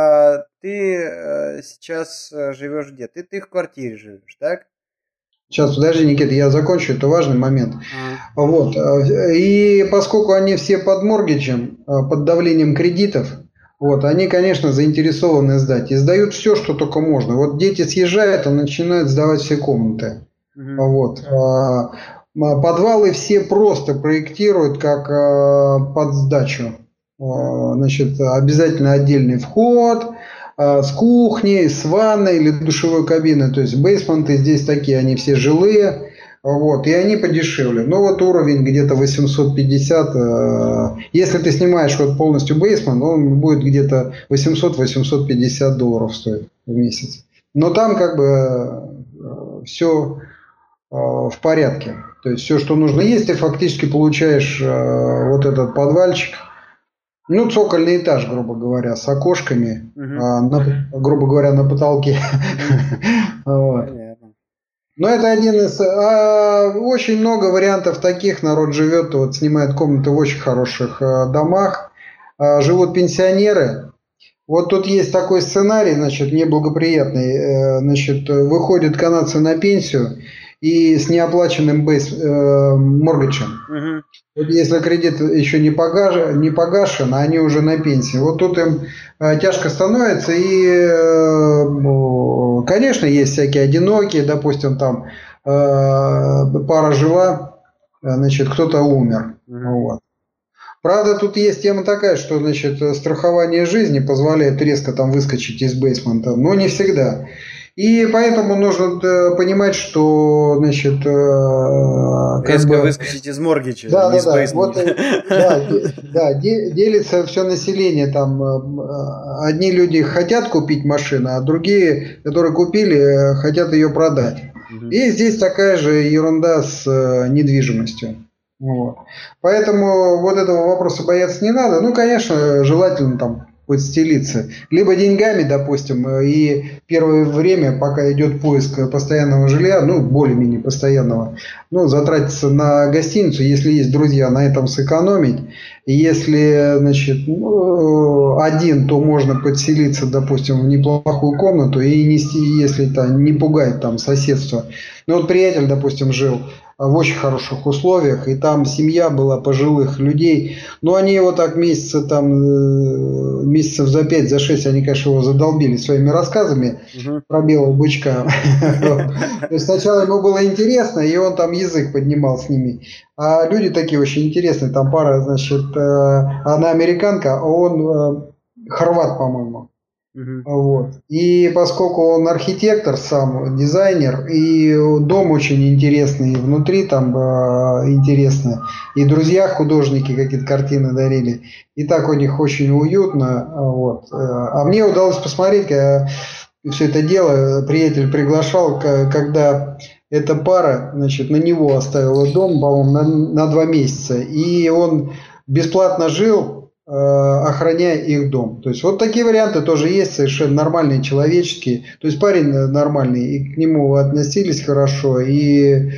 ты сейчас живешь где? Ты в квартире живешь, так? Сейчас, подожди, Никита, я закончу, это важный момент. Вот. И поскольку они все под моргиджем, под давлением кредитов, вот, они, конечно, заинтересованы сдать. И сдают все, что только можно. Вот дети съезжают, а начинают сдавать все комнаты. Вот. Подвалы все просто проектируют как под сдачу. Значит, обязательно отдельный вход с кухней, с ванной или душевой кабиной. То есть бейсменты здесь такие, они все жилые. Вот, и они подешевле. Но вот уровень где-то 850. Если ты снимаешь вот полностью бейсмент, он будет где-то $800-850 стоить в месяц. Но там как бы все в порядке. То есть все, что нужно есть, ты фактически получаешь вот этот подвальчик. Ну, цокольный этаж, грубо говоря, с окошками, грубо говоря, на потолке. Но это один из... очень много вариантов таких. Народ живет, вот снимает комнаты в очень хороших домах. Живут пенсионеры. Вот тут есть такой сценарий, значит, неблагоприятный. Значит, выходят канадцы на пенсию и с неоплаченным моргиджем. Вот если кредит еще не погашен, а они уже на пенсии, вот тут им тяжко становится. И, конечно, есть всякие одинокие, допустим, там пара жива, значит, кто-то умер. Вот. Правда, тут есть тема такая, что, значит, страхование жизни позволяет резко там выскочить из бейсмента, но не всегда. И поэтому нужно понимать, что, значит... резко выскочить из моргиджа, из бейсмента. Вот, делится все население. Там одни люди хотят купить машину, а другие, которые купили, хотят ее продать. И здесь такая же ерунда с недвижимостью. Вот. Поэтому вот этого вопроса бояться не надо. Ну, конечно, желательно там подстелиться. Либо деньгами, допустим, и первое время, пока идет поиск постоянного жилья, ну, более-менее постоянного, ну, затратиться на гостиницу, если есть друзья, на этом сэкономить. И если, значит, один, то можно подселиться, допустим, в неплохую комнату и нести, если это не пугает там соседство. Ну, вот приятель, допустим, жил в очень хороших условиях, и там семья была пожилых людей, но они его так месяцев за 5, за 6, они, конечно, его задолбили своими рассказами про белого бычка. Сначала ему было интересно, и он там язык поднимал с ними. А люди такие очень интересные, там пара, значит, она американка, а он хорват, по-моему. Вот. И поскольку он архитектор сам, дизайнер, и дом очень интересный, и внутри там интересно, и друзья художники какие-то картины дарили, и так у них очень уютно. Вот. А мне удалось посмотреть все это дело, приятель приглашал, когда эта пара, значит, на него оставила дом, по-моему, на 2 месяца, и он бесплатно жил, охраняя их дом. То есть вот такие варианты тоже есть, совершенно нормальные, человеческие. То есть парень нормальный, и к нему относились хорошо, и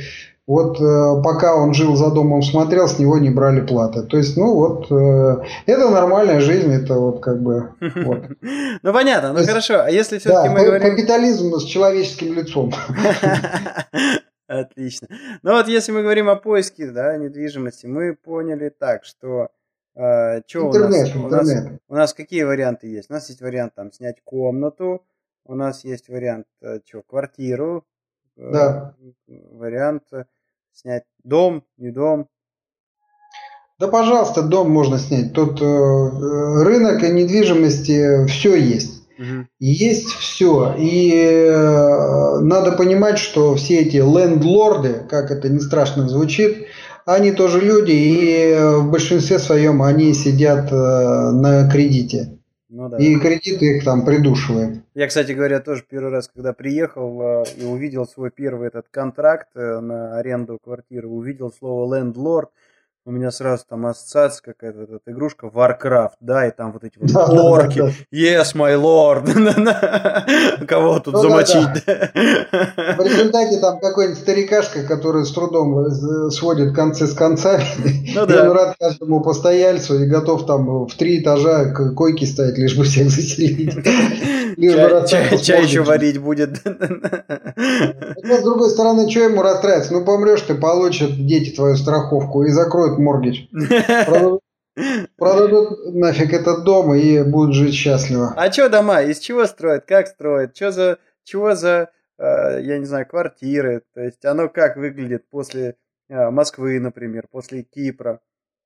Вот пока он жил за домом, смотрел, с него не брали платы. То есть, ну вот, это нормальная жизнь, это вот как бы... Вот. Ну понятно, ну хорошо. А если все-таки Да, мы говорим... капитализм с человеческим лицом. Отлично. Ну вот если мы говорим о поиске, да, недвижимости, мы поняли так, что что у нас? Интернет, интернет. У нас какие варианты есть? У нас есть вариант там снять комнату, у нас есть вариант квартиру, Да. вариант снять дом, не дом. Да, пожалуйста, дом можно снять. Тут рынок недвижимости, все есть. Угу. Есть все. И надо понимать, что все эти лендлорды, как это не страшно звучит, они тоже люди, и в большинстве своем они сидят на кредите. Ну, да. И кредит их там придушивает. Я, кстати говоря, тоже первый раз, когда приехал и увидел свой первый этот контракт на аренду квартиры, увидел слово «лендлорд», у меня сразу там ассоциация какая-то, вот эта игрушка Warcraft, да, и там вот эти вот орки, yes, my lord, кого тут замочить. В результате там какой-нибудь старикашка, который с трудом сводит концы с концами, и он рад каждому постояльцу и готов там в 3 этажа койки ставить, лишь бы всех заселить. Чай еще варить будет. С другой стороны, что ему расстраиваться? Ну, помрешь ты, получат дети твою страховку и закроют моргидж. Продадут нафиг этот дом и будут жить счастливо. А что дома? Из чего строят? Как строят? Чего за, я не знаю, квартиры? То есть оно как выглядит после Москвы, например, после Кипра?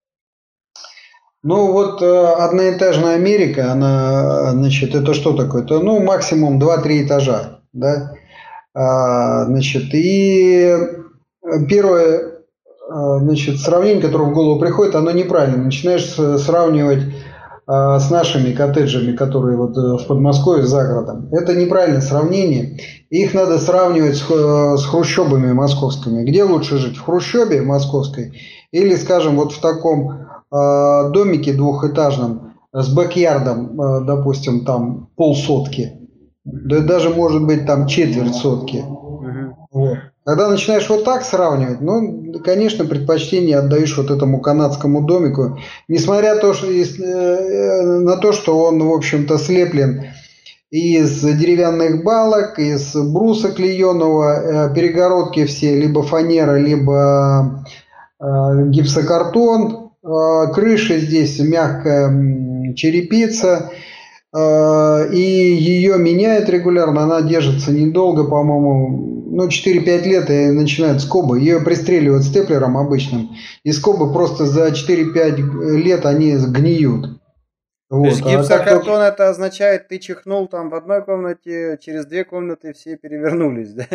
Ну вот одноэтажная Америка, она, значит, это что такое? Это, ну, максимум 2-3 этажа, да? Значит, и первое, значит, сравнение, которое в голову приходит, оно неправильно. Начинаешь сравнивать с нашими коттеджами, которые вот в Подмосковье за городом. Это неправильное сравнение. Их надо сравнивать с хрущобами московскими. Где лучше жить? В хрущобе московской или, скажем, вот в таком домике двухэтажном с бэк-ярдом, допустим, там полсотки. Да даже может быть там четверть сотки. Вот. Когда начинаешь вот так сравнивать, ну, конечно, предпочтение отдаешь вот этому канадскому домику, несмотря на то, что он, в общем-то, слеплен из деревянных балок, из бруса клееного, перегородки все либо фанера, либо гипсокартон, крыша здесь мягкая черепица, и ее меняют регулярно, она держится недолго, по-моему, ну 4-5 лет и начинают скобы. Ее пристреливают степлером обычным, и скобы просто за 4-5 лет они гниют. То есть гипсокартон это означает, ты чихнул там в одной комнате, через 2 комнаты все перевернулись, да?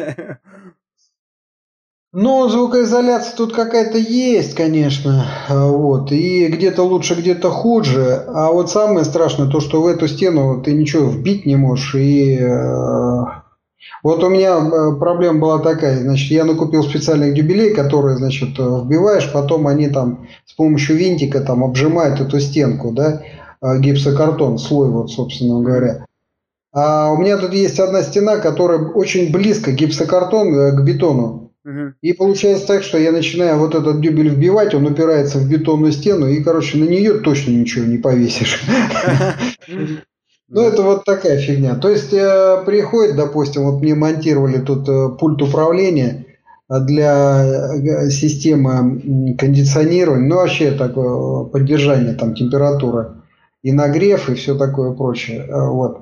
Ну, звукоизоляция тут какая-то есть, конечно, вот, и где-то лучше, где-то хуже, а вот самое страшное то, что в эту стену ты ничего вбить не можешь, и вот у меня проблема была такая, значит, я накупил специальных дюбелей, которые, значит, вбиваешь, потом они там с помощью винтика там обжимают эту стенку, да, гипсокартон, слой вот, собственно говоря. А у меня тут есть одна стена, которая очень близко, гипсокартон к бетону. И получается так, что я начинаю вот этот дюбель вбивать, он упирается в бетонную стену, и, короче, на нее точно ничего не повесишь. Ну, это вот такая фигня. То есть приходит, допустим, вот мне монтировали тут пульт управления для системы кондиционирования, ну, вообще такое поддержание там температуры и нагрев, и все такое прочее. Вот.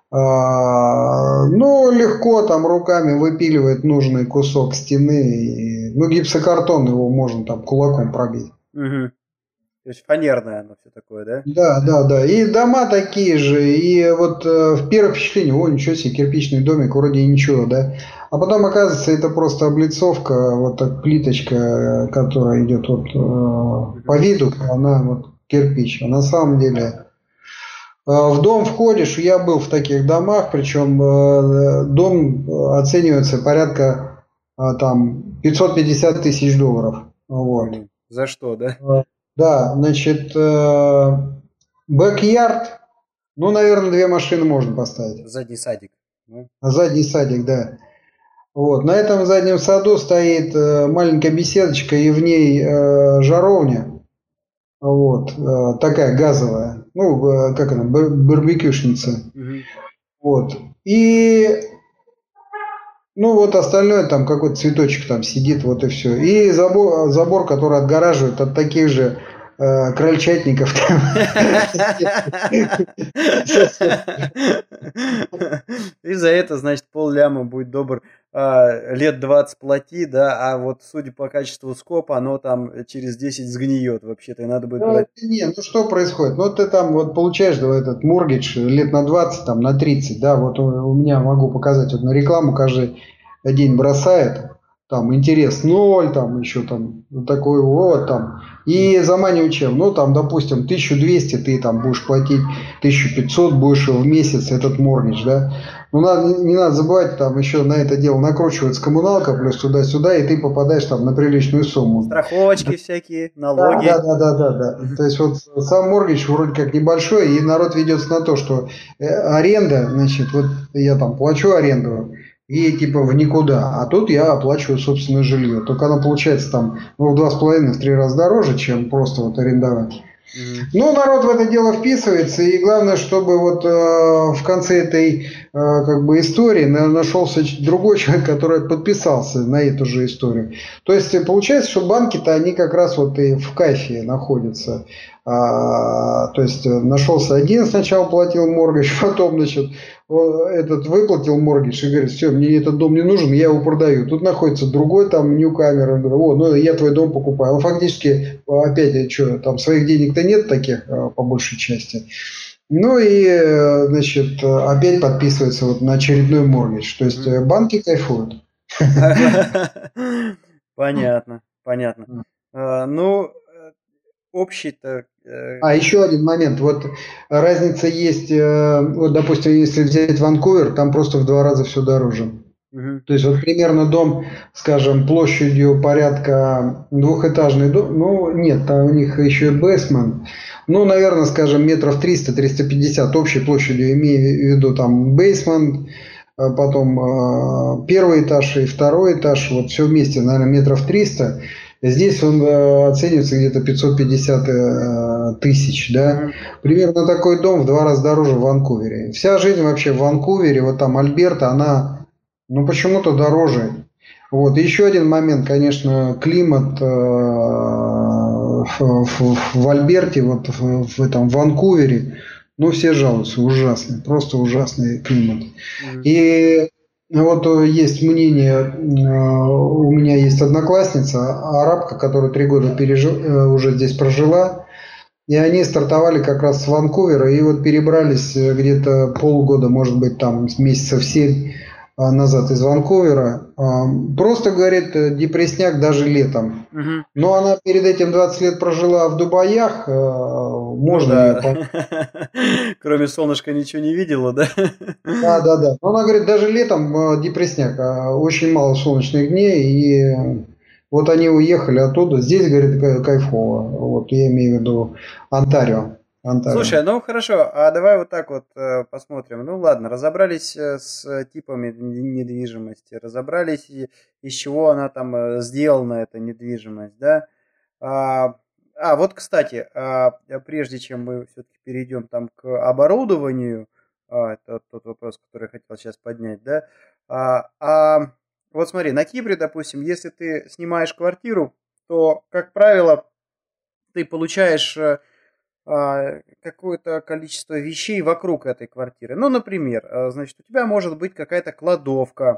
Ну, легко там руками выпиливает нужный кусок стены. Ну, гипсокартон, его можно там кулаком пробить. Угу. То есть фанерное оно все такое, да? Да. И дома такие же. И вот в первое впечатление, о, ничего себе, кирпичный домик, вроде и ничего, да. А потом оказывается, это просто облицовка, вот так плиточка, которая идет вот по виду, она вот кирпич. А на самом деле... В дом входишь, я был в таких домах, причем дом оценивается порядка там 550 тысяч долларов. Вот. За что, да? Да, значит, бэк-ярд, ну, наверное, 2 машины можно поставить. Задний садик. Задний садик, да. Вот. На этом заднем саду стоит маленькая беседочка, и в ней жаровня. Вот. Такая газовая. Ну, как она, барбекюшница. Мгм. Вот. И, ну, вот остальное там какой-то цветочек там сидит, вот и все. И забор, который отгораживает от таких же крольчатников. И за это, значит, пол-ляма будет добр, лет 20 плати, да, а вот судя по качеству скопа, оно там через 10 сгниет вообще-то, и надо будет Ну, брать. не, ну что происходит? Ну, ты там вот получаешь да, этот моргидж лет на 20, там, на 30, да, вот у меня могу показать, вот на рекламу каждый день бросает, там, интерес ноль, там, еще там, вот такой вот, там, и заманиваю чем? Ну, там, допустим, 1200 ты там будешь платить, 1500 будешь в месяц этот моргидж, да, ну, не надо забывать, там еще на это дело накручивается коммуналка, плюс туда-сюда, и ты попадаешь там на приличную сумму. Страховочки всякие, Да, да, налоги. да, да, да, да. То есть вот сам моргидж вроде как небольшой, и народ ведется на то, что аренда, значит, вот я там плачу аренду, и типа в никуда, а тут я оплачиваю собственное жилье. Только оно получается там ну, в 2,5-3 раза дороже, чем просто вот арендовать. Мгм. Ну, народ в это дело вписывается, и главное, чтобы вот в конце этой как бы истории нашелся другой человек, который подписался на эту же историю. То есть получается, что банки-то они как раз вот и в кайфе находятся. То есть нашелся один, сначала платил моргидж, потом, значит, этот выплатил моргидж и говорит, все, мне этот дом не нужен, я его продаю. Тут находится другой там ньюкамер, он говорит, о, ну я твой дом покупаю. Он фактически, опять, что, там своих денег-то нет таких, по большей части. Ну и, значит, опять подписывается вот на очередной моргидж. То есть Мгм. банки кайфуют. Понятно, понятно. Ну, общий-то... А еще один момент. Вот разница есть, вот, допустим, если взять Ванкувер, там просто в 2 раза все дороже. Мгм. То есть вот примерно дом, скажем, площадью порядка двухэтажный дом, ну нет, там у них еще и бейсмент, ну, наверное, скажем, метров 300-350 общей площадью, имея в виду там бейсмент, потом первый этаж и второй этаж, вот все вместе, наверное, метров 300. Здесь он оценивается где-то 550 тысяч, да. Мгм. Примерно такой дом в 2 раза дороже в Ванкувере. Вся жизнь вообще в Ванкувере, вот там Альберта, она ну, почему-то дороже. Вот. И еще один момент, конечно, климат в Альберте, вот в этом Ванкувере, ну, все жалуются, ужасный, просто ужасный климат. Мгм. И вот есть мнение, у меня есть одноклассница, арабка, которая 3 года уже здесь прожила, и они стартовали как раз с Ванкувера и вот перебрались где-то полгода, может быть, там месяцев 7 назад из Ванкувера. Просто, говорит, депресняк даже летом. Мгм. Но она перед этим 20 лет прожила в Дубаях, Ну можно ее да. понять. Кроме солнышка ничего не видела, да? Да, да, да. Но она говорит, даже летом депресняк, очень мало солнечных дней, и вот они уехали оттуда. Здесь, говорит, кайфово. Вот я имею в виду Онтарио. Онтарио. Слушай, ну хорошо, а давай вот так вот посмотрим. Ну ладно, разобрались с типами недвижимости, разобрались, из чего она там сделана, эта недвижимость, да? А, вот, кстати, прежде чем мы все-таки перейдем там к оборудованию, это тот вопрос, который я хотел сейчас поднять, да? А, а вот смотри, на Кипре, допустим, если ты снимаешь квартиру, то, как правило, ты получаешь какое-то количество вещей вокруг этой квартиры. Ну, например, значит, у тебя может быть какая-то кладовка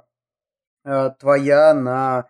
твоя на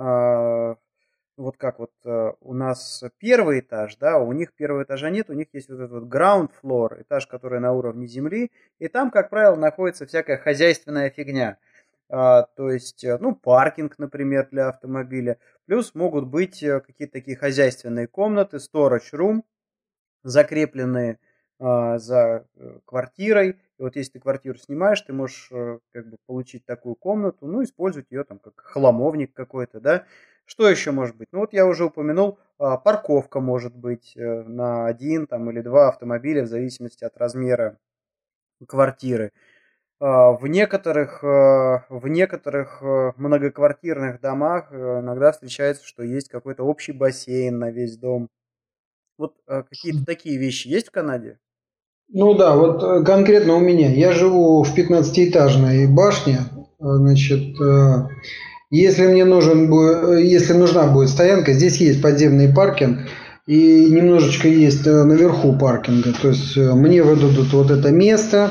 вот как вот у нас первый этаж, да, у них первого этажа нет, у них есть вот этот вот ground floor, этаж, который на уровне земли, и там, как правило, находится всякая хозяйственная фигня. То есть, ну, паркинг, например, для автомобиля. Плюс могут быть какие-то такие хозяйственные комнаты, storage room, закрепленные за квартирой. И вот если ты квартиру снимаешь, ты можешь как бы получить такую комнату, ну, использовать ее там как хламовник какой-то, да. Что еще может быть? Ну, вот я уже упомянул, парковка может быть на один там или два автомобиля в зависимости от размера квартиры. В некоторых многоквартирных домах иногда встречается, что есть какой-то общий бассейн на весь дом. Вот какие-то такие вещи есть в Канаде? Ну да, вот конкретно у меня. Я живу в 15-этажной башне. Значит, если мне если нужна будет стоянка, здесь есть подземный паркинг и немножечко есть наверху паркинга. То есть мне выдадут вот это место,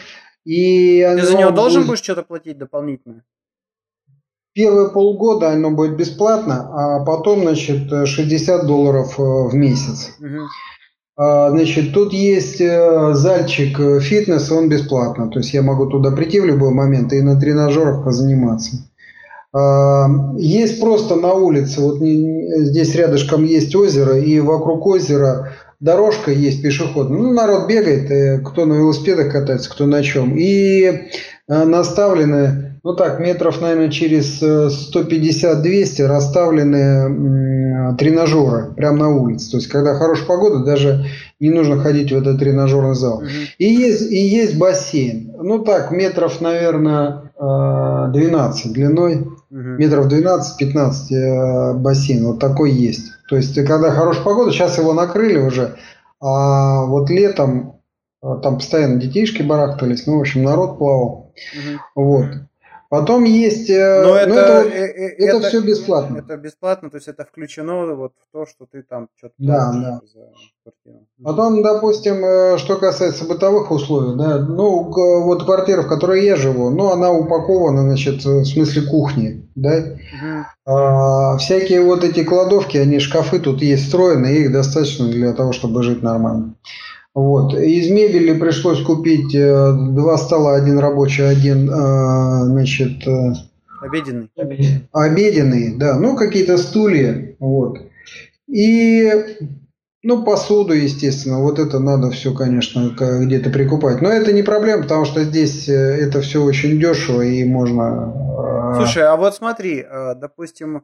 и Ты за него оно должен будет будешь что-то платить дополнительно? первые полгода оно будет бесплатно, а потом, значит, $60 в месяц. Мгм. Значит, тут есть зальчик фитнес, он бесплатно. То есть я могу туда прийти в любой момент и на тренажерах позаниматься. Есть просто на улице, вот здесь рядышком есть озеро, и вокруг озера дорожка есть пешеходная. Ну, народ бегает, кто на велосипедах катается, кто на чем. И наставлены, ну так, метров, наверное, через 150-200 расставлены тренажеры прямо на улице. То есть, когда хорошая погода, даже не нужно ходить в этот тренажерный зал. Мгм. И есть бассейн. Ну так, метров, наверное, 12 длиной. Мгм. Метров 12-15 бассейн. Вот такой есть. То есть, когда хорошая погода, сейчас его накрыли уже. А вот летом там постоянно детишки барахтались. Ну, в общем, народ плавал. Мгм. Вот. Потом есть... Но ну, это это все бесплатно. это бесплатно, то есть это включено вот в то, что ты там что-то Да, платишь да. за квартиру. Мгм. Потом, допустим, что касается бытовых условий, да, ну, вот квартира, в которой я живу, ну, она упакована, значит, в смысле кухни, да. Мгм. Всякие вот эти кладовки, они, шкафы тут есть встроенные, их достаточно для того, чтобы жить нормально. Вот. Из мебели пришлось купить 2 стола, один рабочий, один, значит, Обеденный. обеденный, да, ну, какие-то стулья, вот. И, ну, посуду, естественно, вот это надо все, конечно, где-то прикупать. Но это не проблема, потому что здесь это все очень дешево и можно... Слушай, а вот смотри, допустим,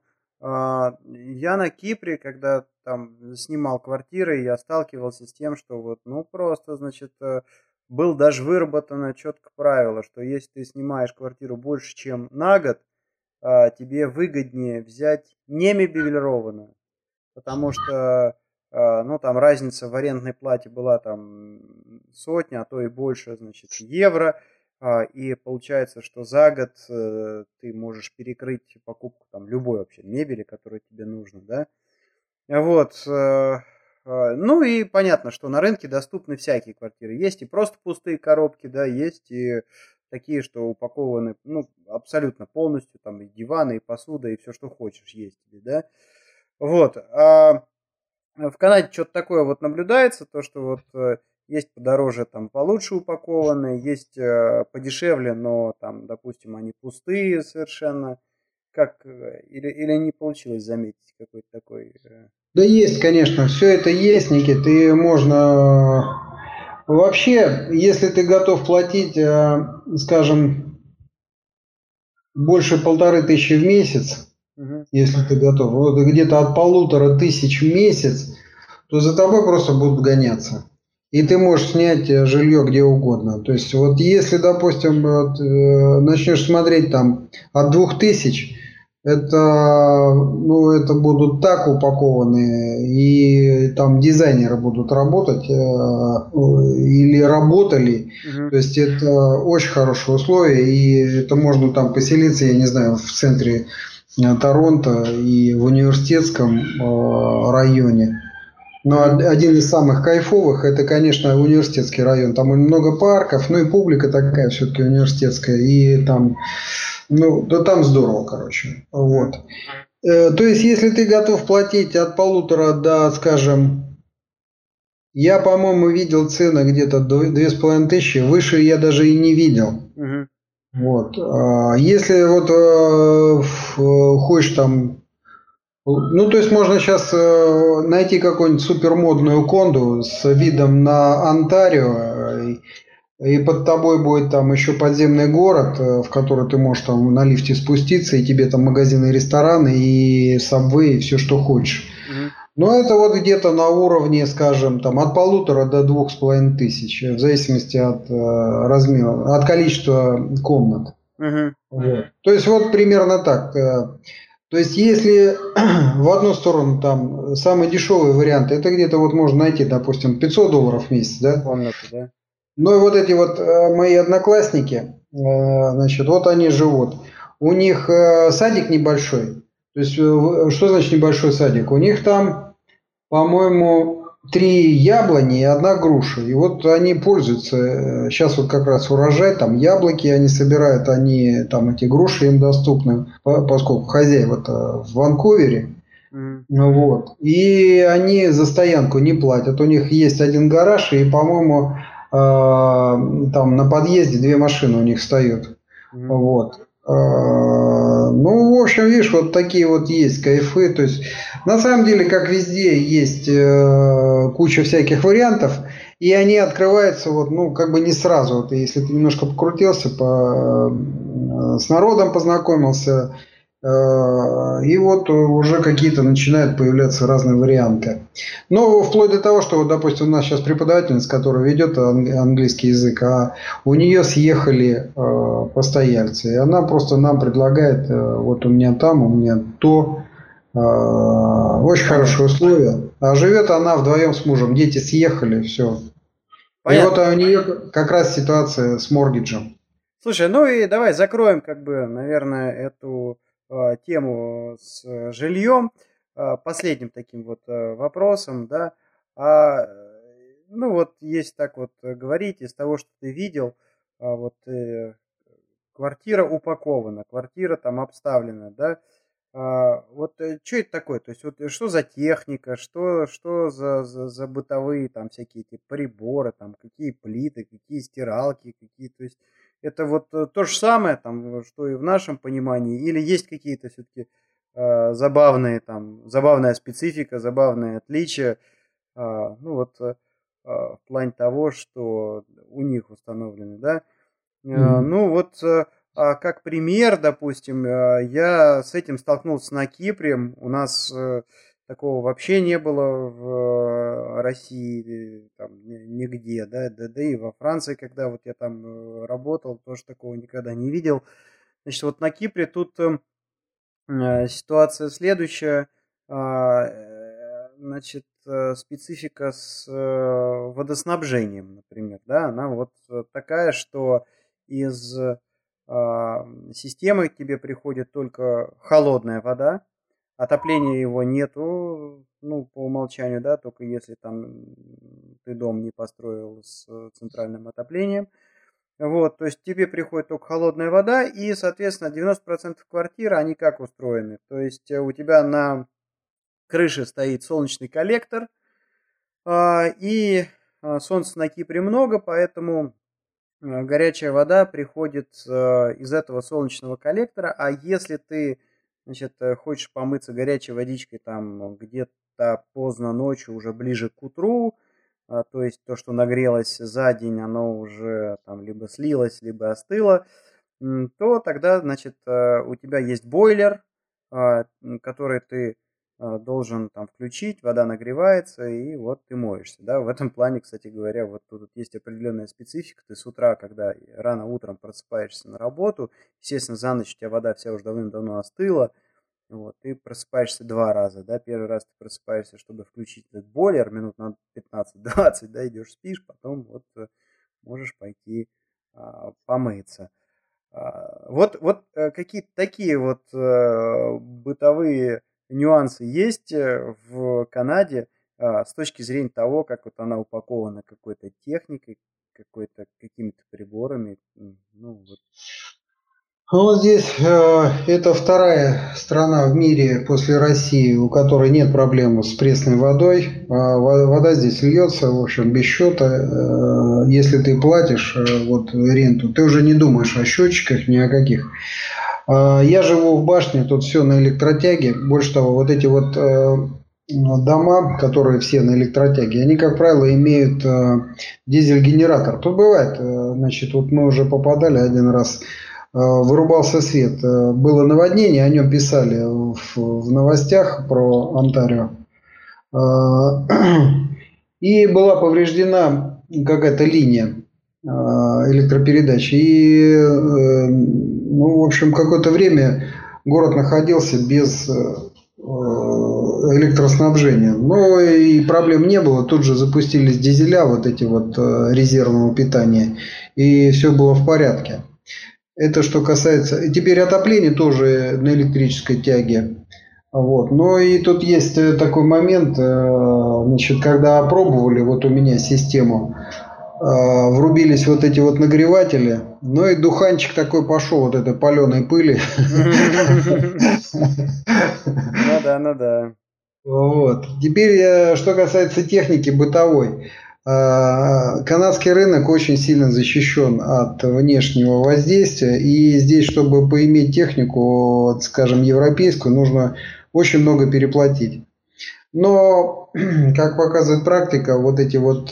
я на Кипре, когда там снимал квартиры, я сталкивался с тем, что вот, ну, просто, значит, был даже выработано четко правило, что если ты снимаешь квартиру больше, чем на год, тебе выгоднее взять не мебелированную, потому что, ну, там разница в арендной плате была там сотня, а то и больше, значит, евро. И получается, что за год ты можешь перекрыть покупку там любой вообще мебели, которая тебе нужна, да. Вот. Ну и понятно, что на рынке доступны всякие квартиры. Есть и просто пустые коробки, да, есть и такие, что упакованы, ну, абсолютно полностью, там и диваны, и посуда, и все, что хочешь, есть тебе, да. Вот. В Канаде что-то такое вот наблюдается, то, что вот есть подороже, там получше упакованные, есть подешевле, но там, допустим, они пустые совершенно. Или не получилось заметить какой-то такой... Да есть, конечно, все это есть, Никит, и можно... Вообще, если ты готов платить, скажем, больше 1500 в месяц, Мгм. если ты готов, вот где-то от 1500 в месяц, то за тобой просто будут гоняться. И ты можешь снять жилье где угодно. То есть вот если, допустим, вот, начнешь смотреть там от 2000, это будут так упакованные, и там дизайнеры будут работать или работали. Мгм. То есть это очень хорошие условия, и это можно там поселиться, я не знаю, в центре Торонто и в университетском районе. Но один из самых кайфовых, это, конечно, университетский район. Там много парков, ну и публика такая все-таки университетская. И там, ну, да там здорово, короче. Вот. То есть, если ты готов платить от 1500 до, скажем, я, по-моему, видел цены где-то 2500, выше я даже и не видел. Мгм. Вот. Если вот хочешь там... Ну, то есть можно сейчас найти какую-нибудь супермодную конду с видом на Онтарио, и под тобой будет там еще подземный город, в который ты можешь там на лифте спуститься, и тебе там магазины, рестораны, и сабвей, и все, что хочешь. Мгм. Ну, это вот где-то на уровне, скажем, там от 1500 до 2500, в зависимости от размера, от количества комнат. Угу. Вот. То есть вот примерно так. То есть если в одну сторону там самый дешевый вариант, это где-то вот можно найти, допустим, $500 в месяц, да? Комнату, да? Ну и вот эти вот мои одноклассники, значит, вот они живут. У них садик небольшой. То есть, что значит небольшой садик? У них там, по-моему, 3 яблони и 1 груша. И вот они пользуются, сейчас вот как раз урожай, там яблоки они собирают, они там эти груши им доступны, поскольку хозяева-то в Ванкувере. Ну вот. И они за стоянку не платят. У них есть 1 гараж, и, по-моему, там на подъезде 2 машины у них встают. Вот. Ну, в общем, видишь, вот такие вот есть кайфы. То есть, на самом деле, как везде, есть куча всяких вариантов, и они открываются вот, ну, как бы не сразу. Вот, если ты немножко покрутился, с народом познакомился, и вот уже какие-то начинают появляться разные варианты. Но вплоть до того, что, вот, допустим, у нас сейчас преподавательница, которая ведет английский язык, а у нее съехали постояльцы. И она просто нам предлагает, вот у меня там, у меня то. Очень хорошие условия. А живет она вдвоем с мужем. Дети съехали, все. Понятно. И вот у нее как раз ситуация с моргиджем. Слушай, ну и давай закроем, как бы, наверное, эту тему с жильем последним таким вот вопросом, да. Ну вот, есть так вот говорить, из того, что ты видел, вот квартира упакована, квартира там обставлена, да. Вот что это такое? То есть вот что за техника, что за бытовые там всякие эти приборы, там какие плиты, какие стиралки, какие, то есть это вот то же самое, там, что и в нашем понимании, или есть какие-то все-таки забавная специфика, забавные отличия, ну вот в плане того, что у них установлены, да. Ну вот как пример, допустим, я с этим столкнулся на Кипре, у нас такого вообще не было в России, там, нигде, да и во Франции, когда вот я там работал, тоже такого никогда не видел. Значит, вот на Кипре тут ситуация следующая, значит, специфика с водоснабжением, например, да, она вот такая, что из системы к тебе приходит только холодная вода, отопления его нету, ну, по умолчанию, да, только если там ты дом не построил с центральным отоплением. Вот, то есть тебе приходит только холодная вода, и, соответственно, 90% квартир, они как устроены? То есть у тебя на крыше стоит солнечный коллектор, и солнца на Кипре много, поэтому горячая вода приходит из этого солнечного коллектора, а если ты, значит, хочешь помыться горячей водичкой там где-то поздно ночью, уже ближе к утру, то есть то, что нагрелось за день, оно уже там либо слилось, либо остыло, то тогда, значит, у тебя есть бойлер, который ты должен там включить, вода нагревается, и вот ты моешься, да, в этом плане, кстати говоря, вот тут есть определенная специфика, ты с утра, когда рано утром просыпаешься на работу, естественно, за ночь у тебя вода вся уже давным-давно остыла, вот, ты просыпаешься 2 раза, да, первый раз ты просыпаешься, чтобы включить этот бойлер, минут на 15-20, да, идешь спишь, потом вот можешь пойти помыться. Вот какие-то такие вот бытовые нюансы есть в Канаде с точки зрения того, как вот она упакована какой-то техникой, какими-то приборами. Ну, вот. Ну, здесь это вторая страна в мире после России, у которой нет проблем с пресной водой. Вода здесь льется, в общем, без счета. Если ты платишь вот ренту, ты уже не думаешь о счетчиках ни о каких. Я живу в башне, тут все на электротяге. Больше того, вот эти вот дома, которые все на электротяге, они, как правило, имеют дизель-генератор. Тут бывает, значит, вот мы уже попадали один раз, вырубался свет. Было наводнение, о нем писали в новостях про Онтарио. И была повреждена какая-то линия электропередач. И, ну, в общем, какое-то время город находился без электроснабжения. Но и проблем не было. Тут же запустились дизеля, вот эти вот резервного питания. И все было в порядке. Это что касается... Теперь отопление тоже на электрической тяге. Вот. Но и тут есть такой момент, значит, когда опробовали вот у меня систему, врубились вот эти вот нагреватели, ну и духанчик такой пошел, вот этой паленой пыли. Ну да, ну да. Вот. Теперь, что касается техники бытовой. Канадский рынок очень сильно защищен от внешнего воздействия. И здесь, чтобы поиметь технику, скажем, европейскую, нужно очень много переплатить. Но, как показывает практика, вот эти вот,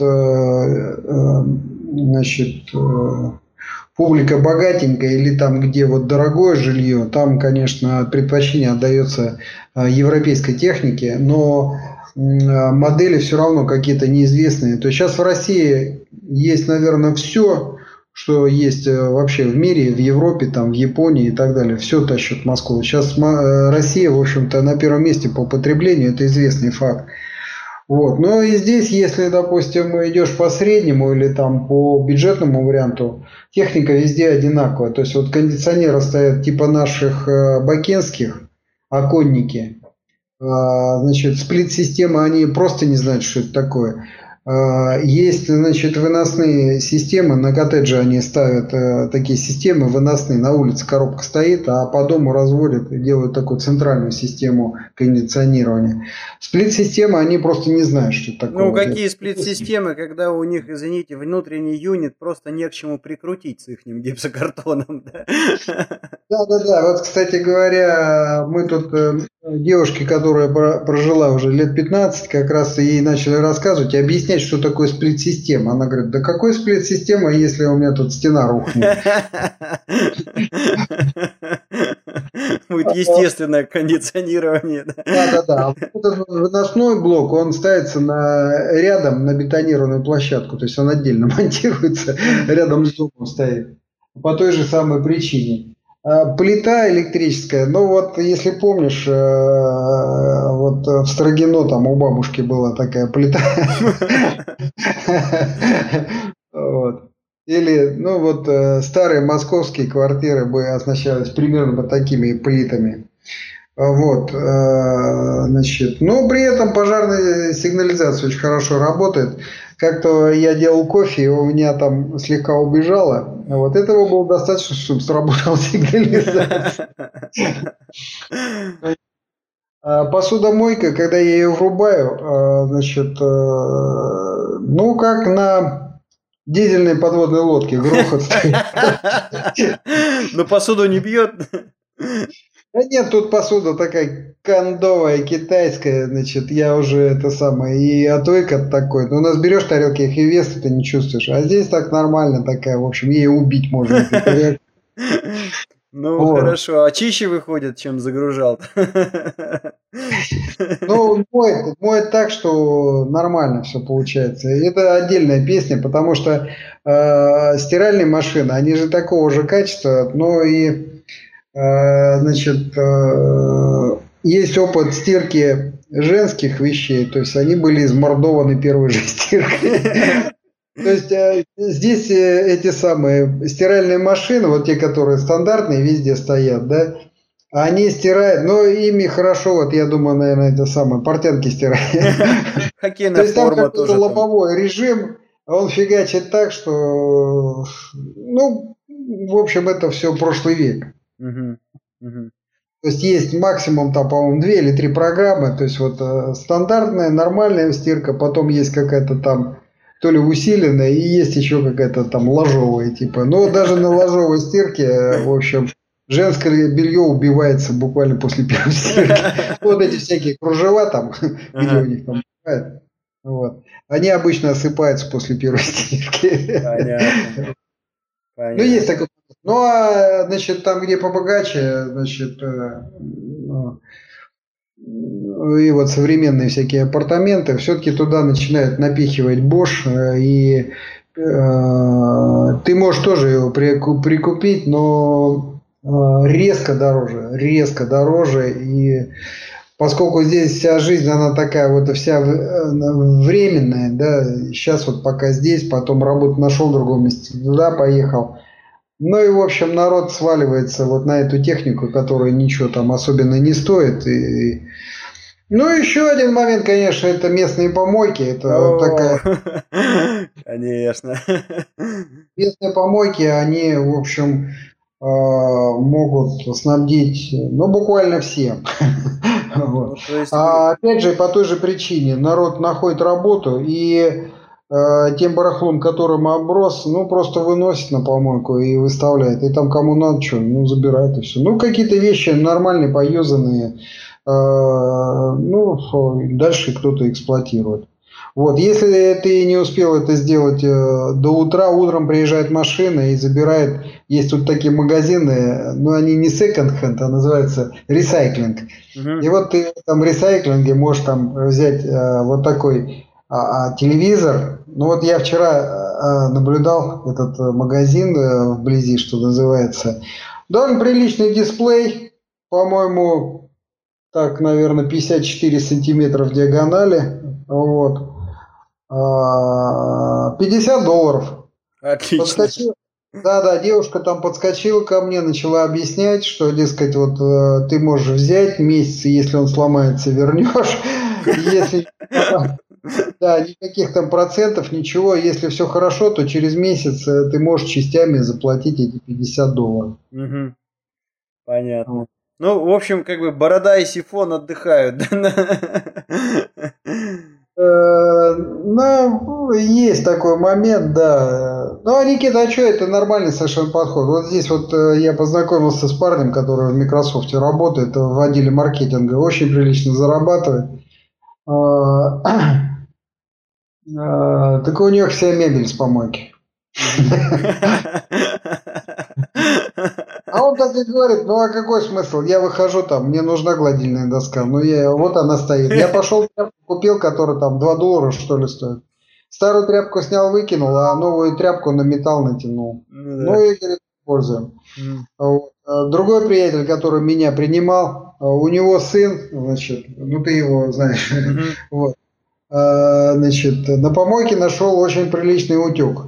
значит, публика богатенькая или там, где вот дорогое жилье, там, конечно, предпочтение отдается европейской технике, но модели все равно какие-то неизвестные. То есть сейчас в России есть, наверное, все, что есть вообще в мире, в Европе, там, в Японии и так далее. Все тащит Москву. Сейчас Россия, в общем-то, на первом месте по потреблению, это известный факт. Вот. Но и здесь, если, допустим, идешь по среднему или там по бюджетному варианту, техника везде одинаковая. То есть вот кондиционеры стоят типа наших бакенских, оконники. Значит, сплит-системы, они просто не знают, что это такое. Есть, значит, выносные системы, на коттедже они ставят такие системы выносные, на улице коробка стоит, а по дому разводят и делают такую центральную систему кондиционирования. Сплит-системы, они просто не знают, что это такое. Ну, какие сплит-системы, когда у них, извините, внутренний юнит просто не к чему прикрутить с их гипсокартоном, да? Да. Вот, кстати говоря, мы тут девушке, которая прожила уже лет 15, как раз ей начали рассказывать и объяснять, что такое сплит-система. Она говорит, да какой сплит-система, если у меня тут стена рухнет? Будет естественное кондиционирование. Да. Этот выносной блок, он ставится рядом на бетонированную площадку, то есть он отдельно монтируется, рядом с домом стоит. По той же самой причине. Плита электрическая, ну вот если помнишь, вот в Строгино там у бабушки была такая плита. Или, ну вот старые московские квартиры бы оснащались примерно такими плитами. Вот, значит, но при этом пожарная сигнализация очень хорошо работает. Как-то я делал кофе, и у меня там слегка убежало. Вот этого было достаточно, чтобы сработала сигнализация. Посудомойка, когда я ее врубаю, значит, ну как на дизельной подводной лодке грохот стоит. Но посуду не бьет. Да нет, тут посуда такая кондовая, китайская, значит, я уже это самое, и отвык от такой. Но у нас берешь тарелки, их и вес ты не чувствуешь. А здесь так нормально такая, в общем, ей убить можно. Ну, вот. Хорошо. А чище выходит, чем загружал? Ну, моет так, что нормально все получается. Это отдельная песня, потому что стиральные машины, они же такого же качества, но и значит, есть опыт стирки женских вещей, то есть они были измордованы первой же стиркой. То есть здесь эти самые стиральные машины, вот те, которые стандартные, везде стоят, да, они стирают, но ими хорошо, вот я думаю, наверное, это самое, портянки стирают. Хоккейная форма тоже. То есть там лобовой режим, он фигачит так, что, ну, в общем, это все прошлый век. То есть есть максимум там, по-моему, 2 или 3 программы, то есть вот стандартная, нормальная стирка, потом есть какая-то там то ли усиленная, и есть еще какая-то там ложовая типа. Но даже на ложовой стирке, в общем, женское белье убивается буквально после первой стирки. Вот эти всякие кружева там, где у них там бывает, вот, они обычно осыпаются после первой стирки. Понятно. Ну, есть такой. Ну, а, значит, там, где побогаче, значит, и вот современные всякие апартаменты, все-таки туда начинают напихивать Bosch, и ты можешь тоже его прикупить, но резко дороже, и поскольку здесь вся жизнь, она такая вот вся временная, да, сейчас вот пока здесь, потом работу нашел в другом месте, туда поехал. Ну и, в общем, народ сваливается вот на эту технику, которая ничего там особенно не стоит. Ну, еще один момент, конечно, это местные помойки. Это такая... Конечно. Местные помойки, они, в общем, могут снабдить, ну, буквально всем. Ну, то есть А опять же, по той же причине, народ находит работу и тем барахлом, которым оброс, ну, просто выносит на помойку и выставляет. И там кому надо, что, ну, забирает и все. Ну, какие-то вещи нормальные, поюзанные, ну, дальше кто-то эксплуатирует. Вот, если ты не успел это сделать до утра, утром приезжает машина и забирает. Есть тут такие магазины, но они не секонд-хенд, а называются ресайклинг. И вот ты там в ресайклинге можешь там взять вот такой телевизор. Ну вот я вчера наблюдал этот магазин вблизи, что называется. Довольно приличный дисплей, по-моему, так, наверное, 54 сантиметра в диагонали. Вот. $50. Отлично. Подскочил. Да, девушка там подскочила ко мне, начала объяснять, что, дескать, вот ты можешь взять месяц, если он сломается, вернешь. Если да, никаких там процентов, ничего. Если все хорошо, то через месяц ты можешь частями заплатить эти $50. Угу. Понятно. Вот. Ну, в общем, как бы борода и сифон отдыхают. Ну, есть такой момент, да. Ну, Никита, а что, это нормальный совершенно подход. Вот здесь вот я познакомился с парнем, который в Microsoft работает в отделе маркетинга, очень прилично зарабатывает. Так у них вся мебель с помойки. А он так и говорит, ну а какой смысл? Я выхожу там, мне нужна гладильная доска. Ну вот она стоит. Я пошел тряпку купил, которая там $2 что ли стоит. Старую тряпку снял, выкинул, а новую тряпку на металл натянул. Ну и, говорит, используем. Вот. Другой приятель, который меня принимал, у него сын, значит, ну ты его знаешь, вот. Значит, на помойке нашел очень приличный утюг.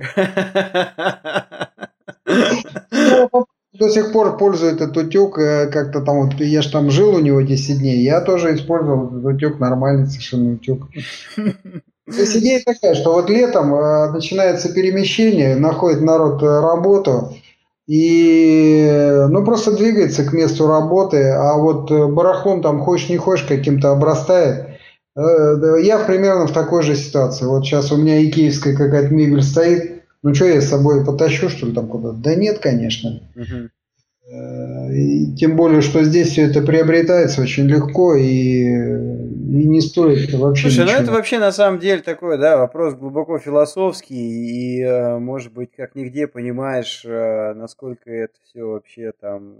До сих пор пользует этот утюг, как-то там, вот я же там жил у него 10 дней, я тоже использовал этот утюг, нормальный совершенно утюг. То есть идея такая, что вот летом начинается перемещение, находит народ работу, и ну просто двигается к месту работы, а вот барахлом там хочешь не хочешь каким-то обрастает. Я примерно в такой же ситуации. Вот сейчас у меня икеевская какая-то мебель стоит. Ну что, я с собой потащу, что ли, там куда-то? Да нет, конечно. И тем более, что здесь все это приобретается очень легко и не стоит вообще ничего. Ну это вообще на самом деле такой, да, вопрос глубоко философский. И, может быть, как нигде понимаешь, насколько это все вообще там,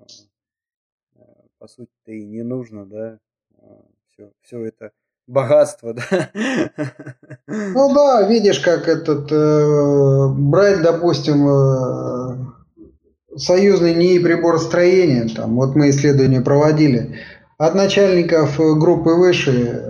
по сути-то и не нужно, да. Все это богатство, да? Ну да, видишь, как брать, допустим, союзный НИИ приборостроения, там, вот мы исследования проводили, от начальников группы выше,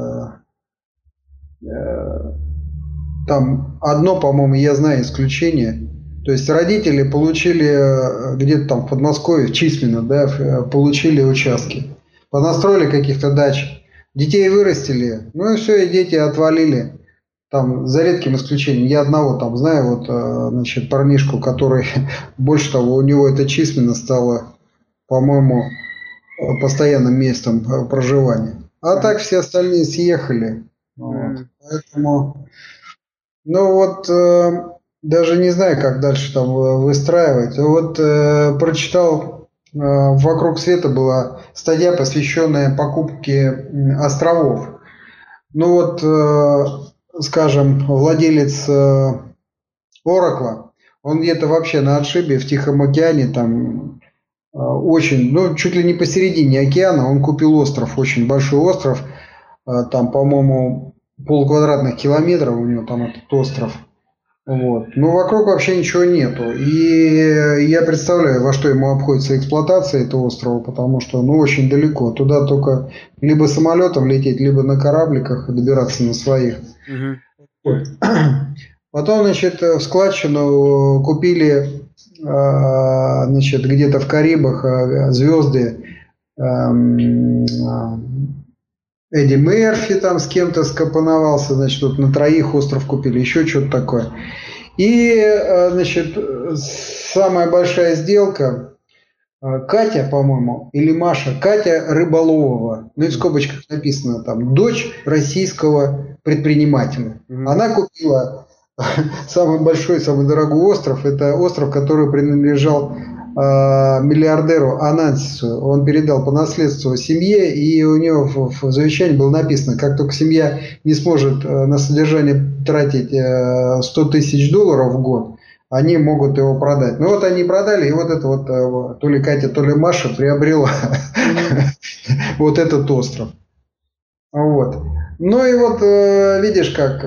там одно, по-моему, я знаю исключение. То есть родители получили где-то там в Подмосковье, в Чисмино, да, получили участки, понастроили каких-то дач. Детей вырастили, ну и все, и дети отвалили. Там, за редким исключением, я одного там знаю, вот, значит, парнишку, который, больше того, у него это Чисмино стало, по-моему, постоянным местом проживания. А так все остальные съехали. Вот. Поэтому, ну вот, даже не знаю, как дальше там выстраивать. Вот прочитал, «Вокруг света» была статья, посвященная покупке островов. Ну вот, скажем, владелец Oracle, он где-то вообще на отшибе в Тихом океане, там очень, ну, чуть ли не посередине океана. Он купил остров, очень большой остров. Там, по-моему, полквадратных километров у него там этот остров. Вот. Но вокруг вообще ничего нету. И я представляю, во что ему обходится эксплуатация этого острова, потому что, ну, очень далеко. Туда только либо самолетом лететь, либо на корабликах и добираться на своих. Вот. Потом, значит, в складчину купили, значит, где-то в Карибах звезды Эдди Мерфи там с кем-то скомпоновался, значит, вот на троих остров купили, еще что-то такое. И, значит, самая большая сделка, Катя, по-моему, или Маша, Катя Рыболовова, ну и в скобочках написано там, дочь российского предпринимателя. Она купила самый большой, самый дорогой остров, это остров, который принадлежал миллиардеру Анансису. Он передал по наследству семье, и у него в завещании было написано, как только семья не сможет на содержание тратить 100 тысяч долларов в год, они могут его продать. Ну вот они продали, и вот это вот то ли Катя, то ли Маша приобрела вот этот остров. Вот. Ну и вот видишь как,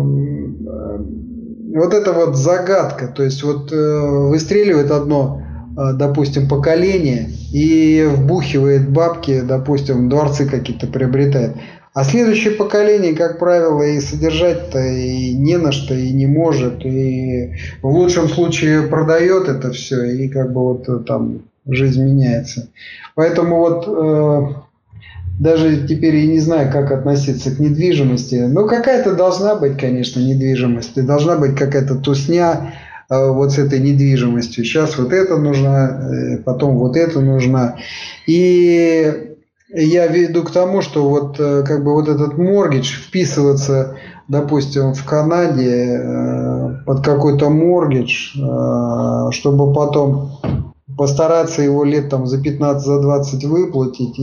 вот это вот загадка, то есть вот выстреливает одно, допустим, поколение и вбухивает бабки, допустим, дворцы какие-то приобретает. А следующее поколение, как правило, и содержать-то и не на что, и не может, и в лучшем случае продает это все, и как бы вот там жизнь меняется. Поэтому вот даже теперь я не знаю, как относиться к недвижимости. Ну, какая-то должна быть, конечно, недвижимость. И должна быть какая-то тусня вот с этой недвижимостью. Сейчас вот это нужно, потом вот это нужно. И я веду к тому, что вот как бы вот этот моргидж, вписываться, допустим, в Канаде под какой-то моргидж, чтобы потом постараться его лет там за 15, за 20 выплатить,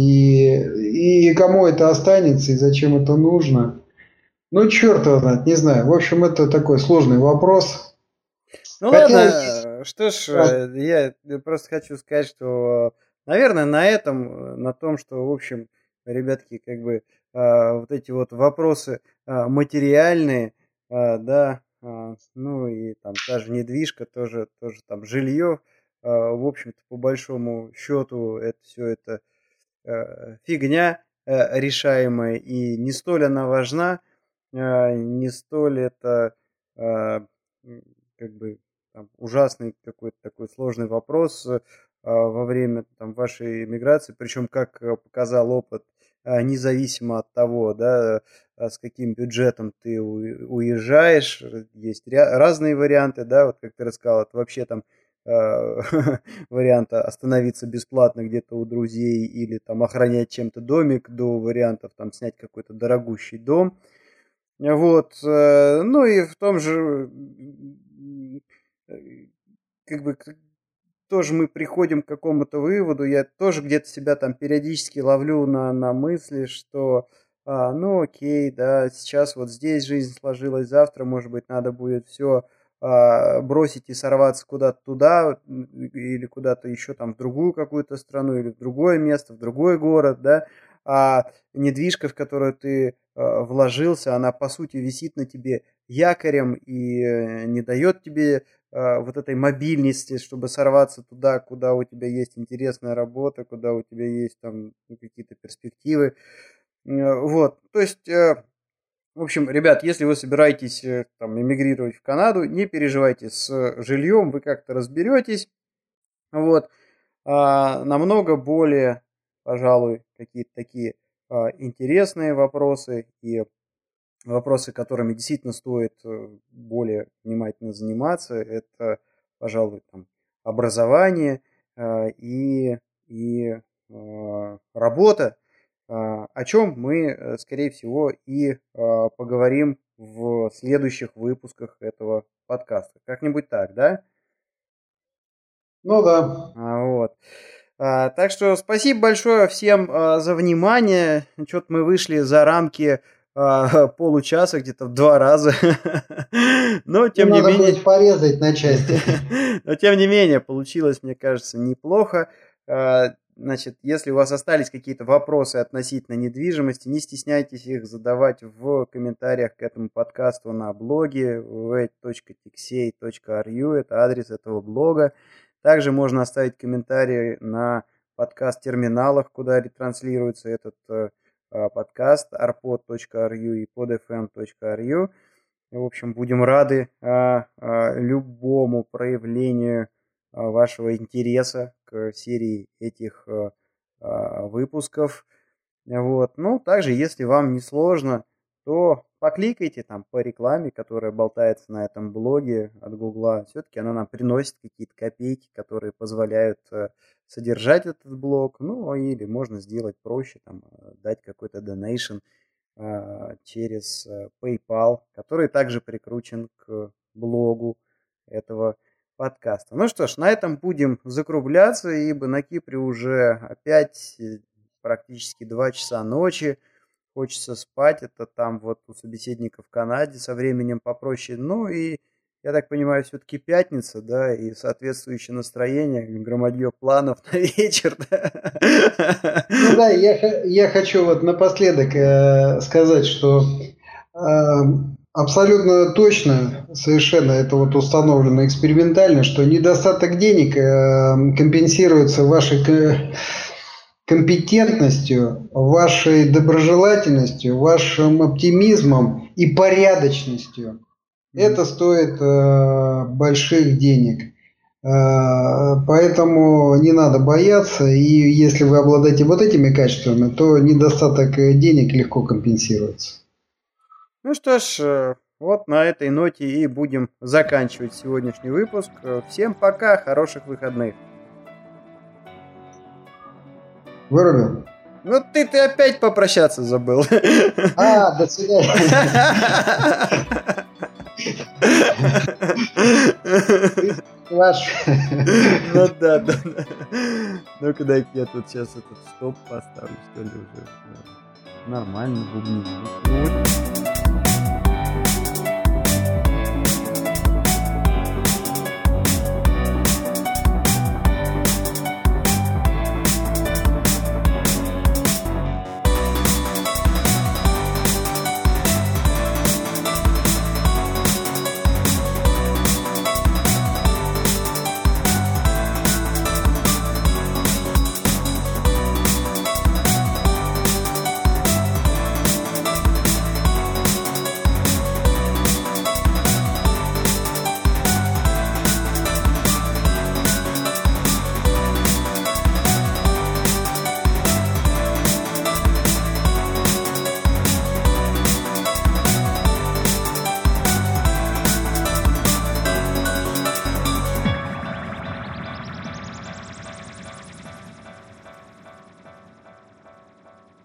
и кому это останется, и зачем это нужно. Ну, черт его знает, не знаю. В общем, это такой сложный вопрос. Ну ладно, что ж, я просто хочу сказать, что, наверное, на этом, на том, что, в общем, ребятки, как бы вот эти вот вопросы материальные, да, ну и там даже недвижка, тоже там жилье, в общем-то, по большому счету, это все это фигня решаемая, и не столь она важна, не столь это как бы там, ужасный какой-то такой сложный вопрос во время там, вашей миграции, причем, как показал опыт, независимо от того, да, с каким бюджетом ты уезжаешь, есть разные варианты, да, вот как ты рассказал, это вообще там варианта остановиться бесплатно где-то у друзей или там охранять чем-то домик, до вариантов там снять какой-то дорогущий дом. Вот, ну и в том же, как бы, тоже мы приходим к какому-то выводу, я тоже где-то себя там периодически ловлю на мысли, что, ну окей, да, сейчас вот здесь жизнь сложилась, завтра, может быть, надо будет все бросить и сорваться куда-то туда или куда-то еще там в другую какую-то страну или в другое место, в другой город, да, а недвижка, в которую ты вложился, она по сути висит на тебе якорем и не дает тебе вот этой мобильности, чтобы сорваться туда, куда у тебя есть интересная работа, куда у тебя есть там какие-то перспективы. Вот, то есть... В общем, ребят, если вы собираетесь там эмигрировать в Канаду, не переживайте с жильем, вы как-то разберетесь. Вот. Намного более, пожалуй, какие-то такие интересные вопросы и вопросы, которыми действительно стоит более внимательно заниматься, это, пожалуй, там, образование и работа. О чем мы, скорее всего, и поговорим в следующих выпусках этого подкаста. Как-нибудь так, да? Ну да. Вот. Так что спасибо большое всем за внимание. Что-то мы вышли за рамки получаса, где-то в 2 раза. Но тем не менее... Надо будет порезать на части. Но тем не менее, получилось, мне кажется, неплохо. Значит, если у вас остались какие-то вопросы относительно недвижимости, не стесняйтесь их задавать в комментариях к этому подкасту на блоге www.tixey.ru, это адрес этого блога. Также можно оставить комментарии на подкаст-терминалах, куда ретранслируется этот подкаст, arpod.ru и podfm.ru. В общем, будем рады любому проявлению вашего интереса к серии этих выпусков. Вот. Ну, также, если вам не сложно, то покликайте там по рекламе, которая болтается на этом блоге от Гугла. Все-таки она нам приносит какие-то копейки, которые позволяют содержать этот блог. Ну, или можно сделать проще, там, дать какой-то донейшн через PayPal, который также прикручен к блогу этого подкаста. Ну что ж, на этом будем закругляться, ибо на Кипре уже опять практически 2 часа ночи. Хочется спать. Это там вот у собеседника в Канаде со временем попроще. Ну и, я так понимаю, все-таки пятница, да, и соответствующее настроение, громадье планов на вечер. Да? Ну да, я хочу вот напоследок сказать, что абсолютно точно, совершенно это вот установлено экспериментально, что недостаток денег компенсируется вашей компетентностью, вашей доброжелательностью, вашим оптимизмом и порядочностью. Это стоит больших денег. Поэтому не надо бояться, и если вы обладаете вот этими качествами, то недостаток денег легко компенсируется. Ну что ж, вот на этой ноте и будем заканчивать сегодняшний выпуск. Всем пока, хороших выходных. Вырубил? Ну ты опять попрощаться забыл. До свидания. Ну да. Ну-ка дай-ка я тут сейчас этот стоп поставлю, что ли, уже. Нормально, бубни.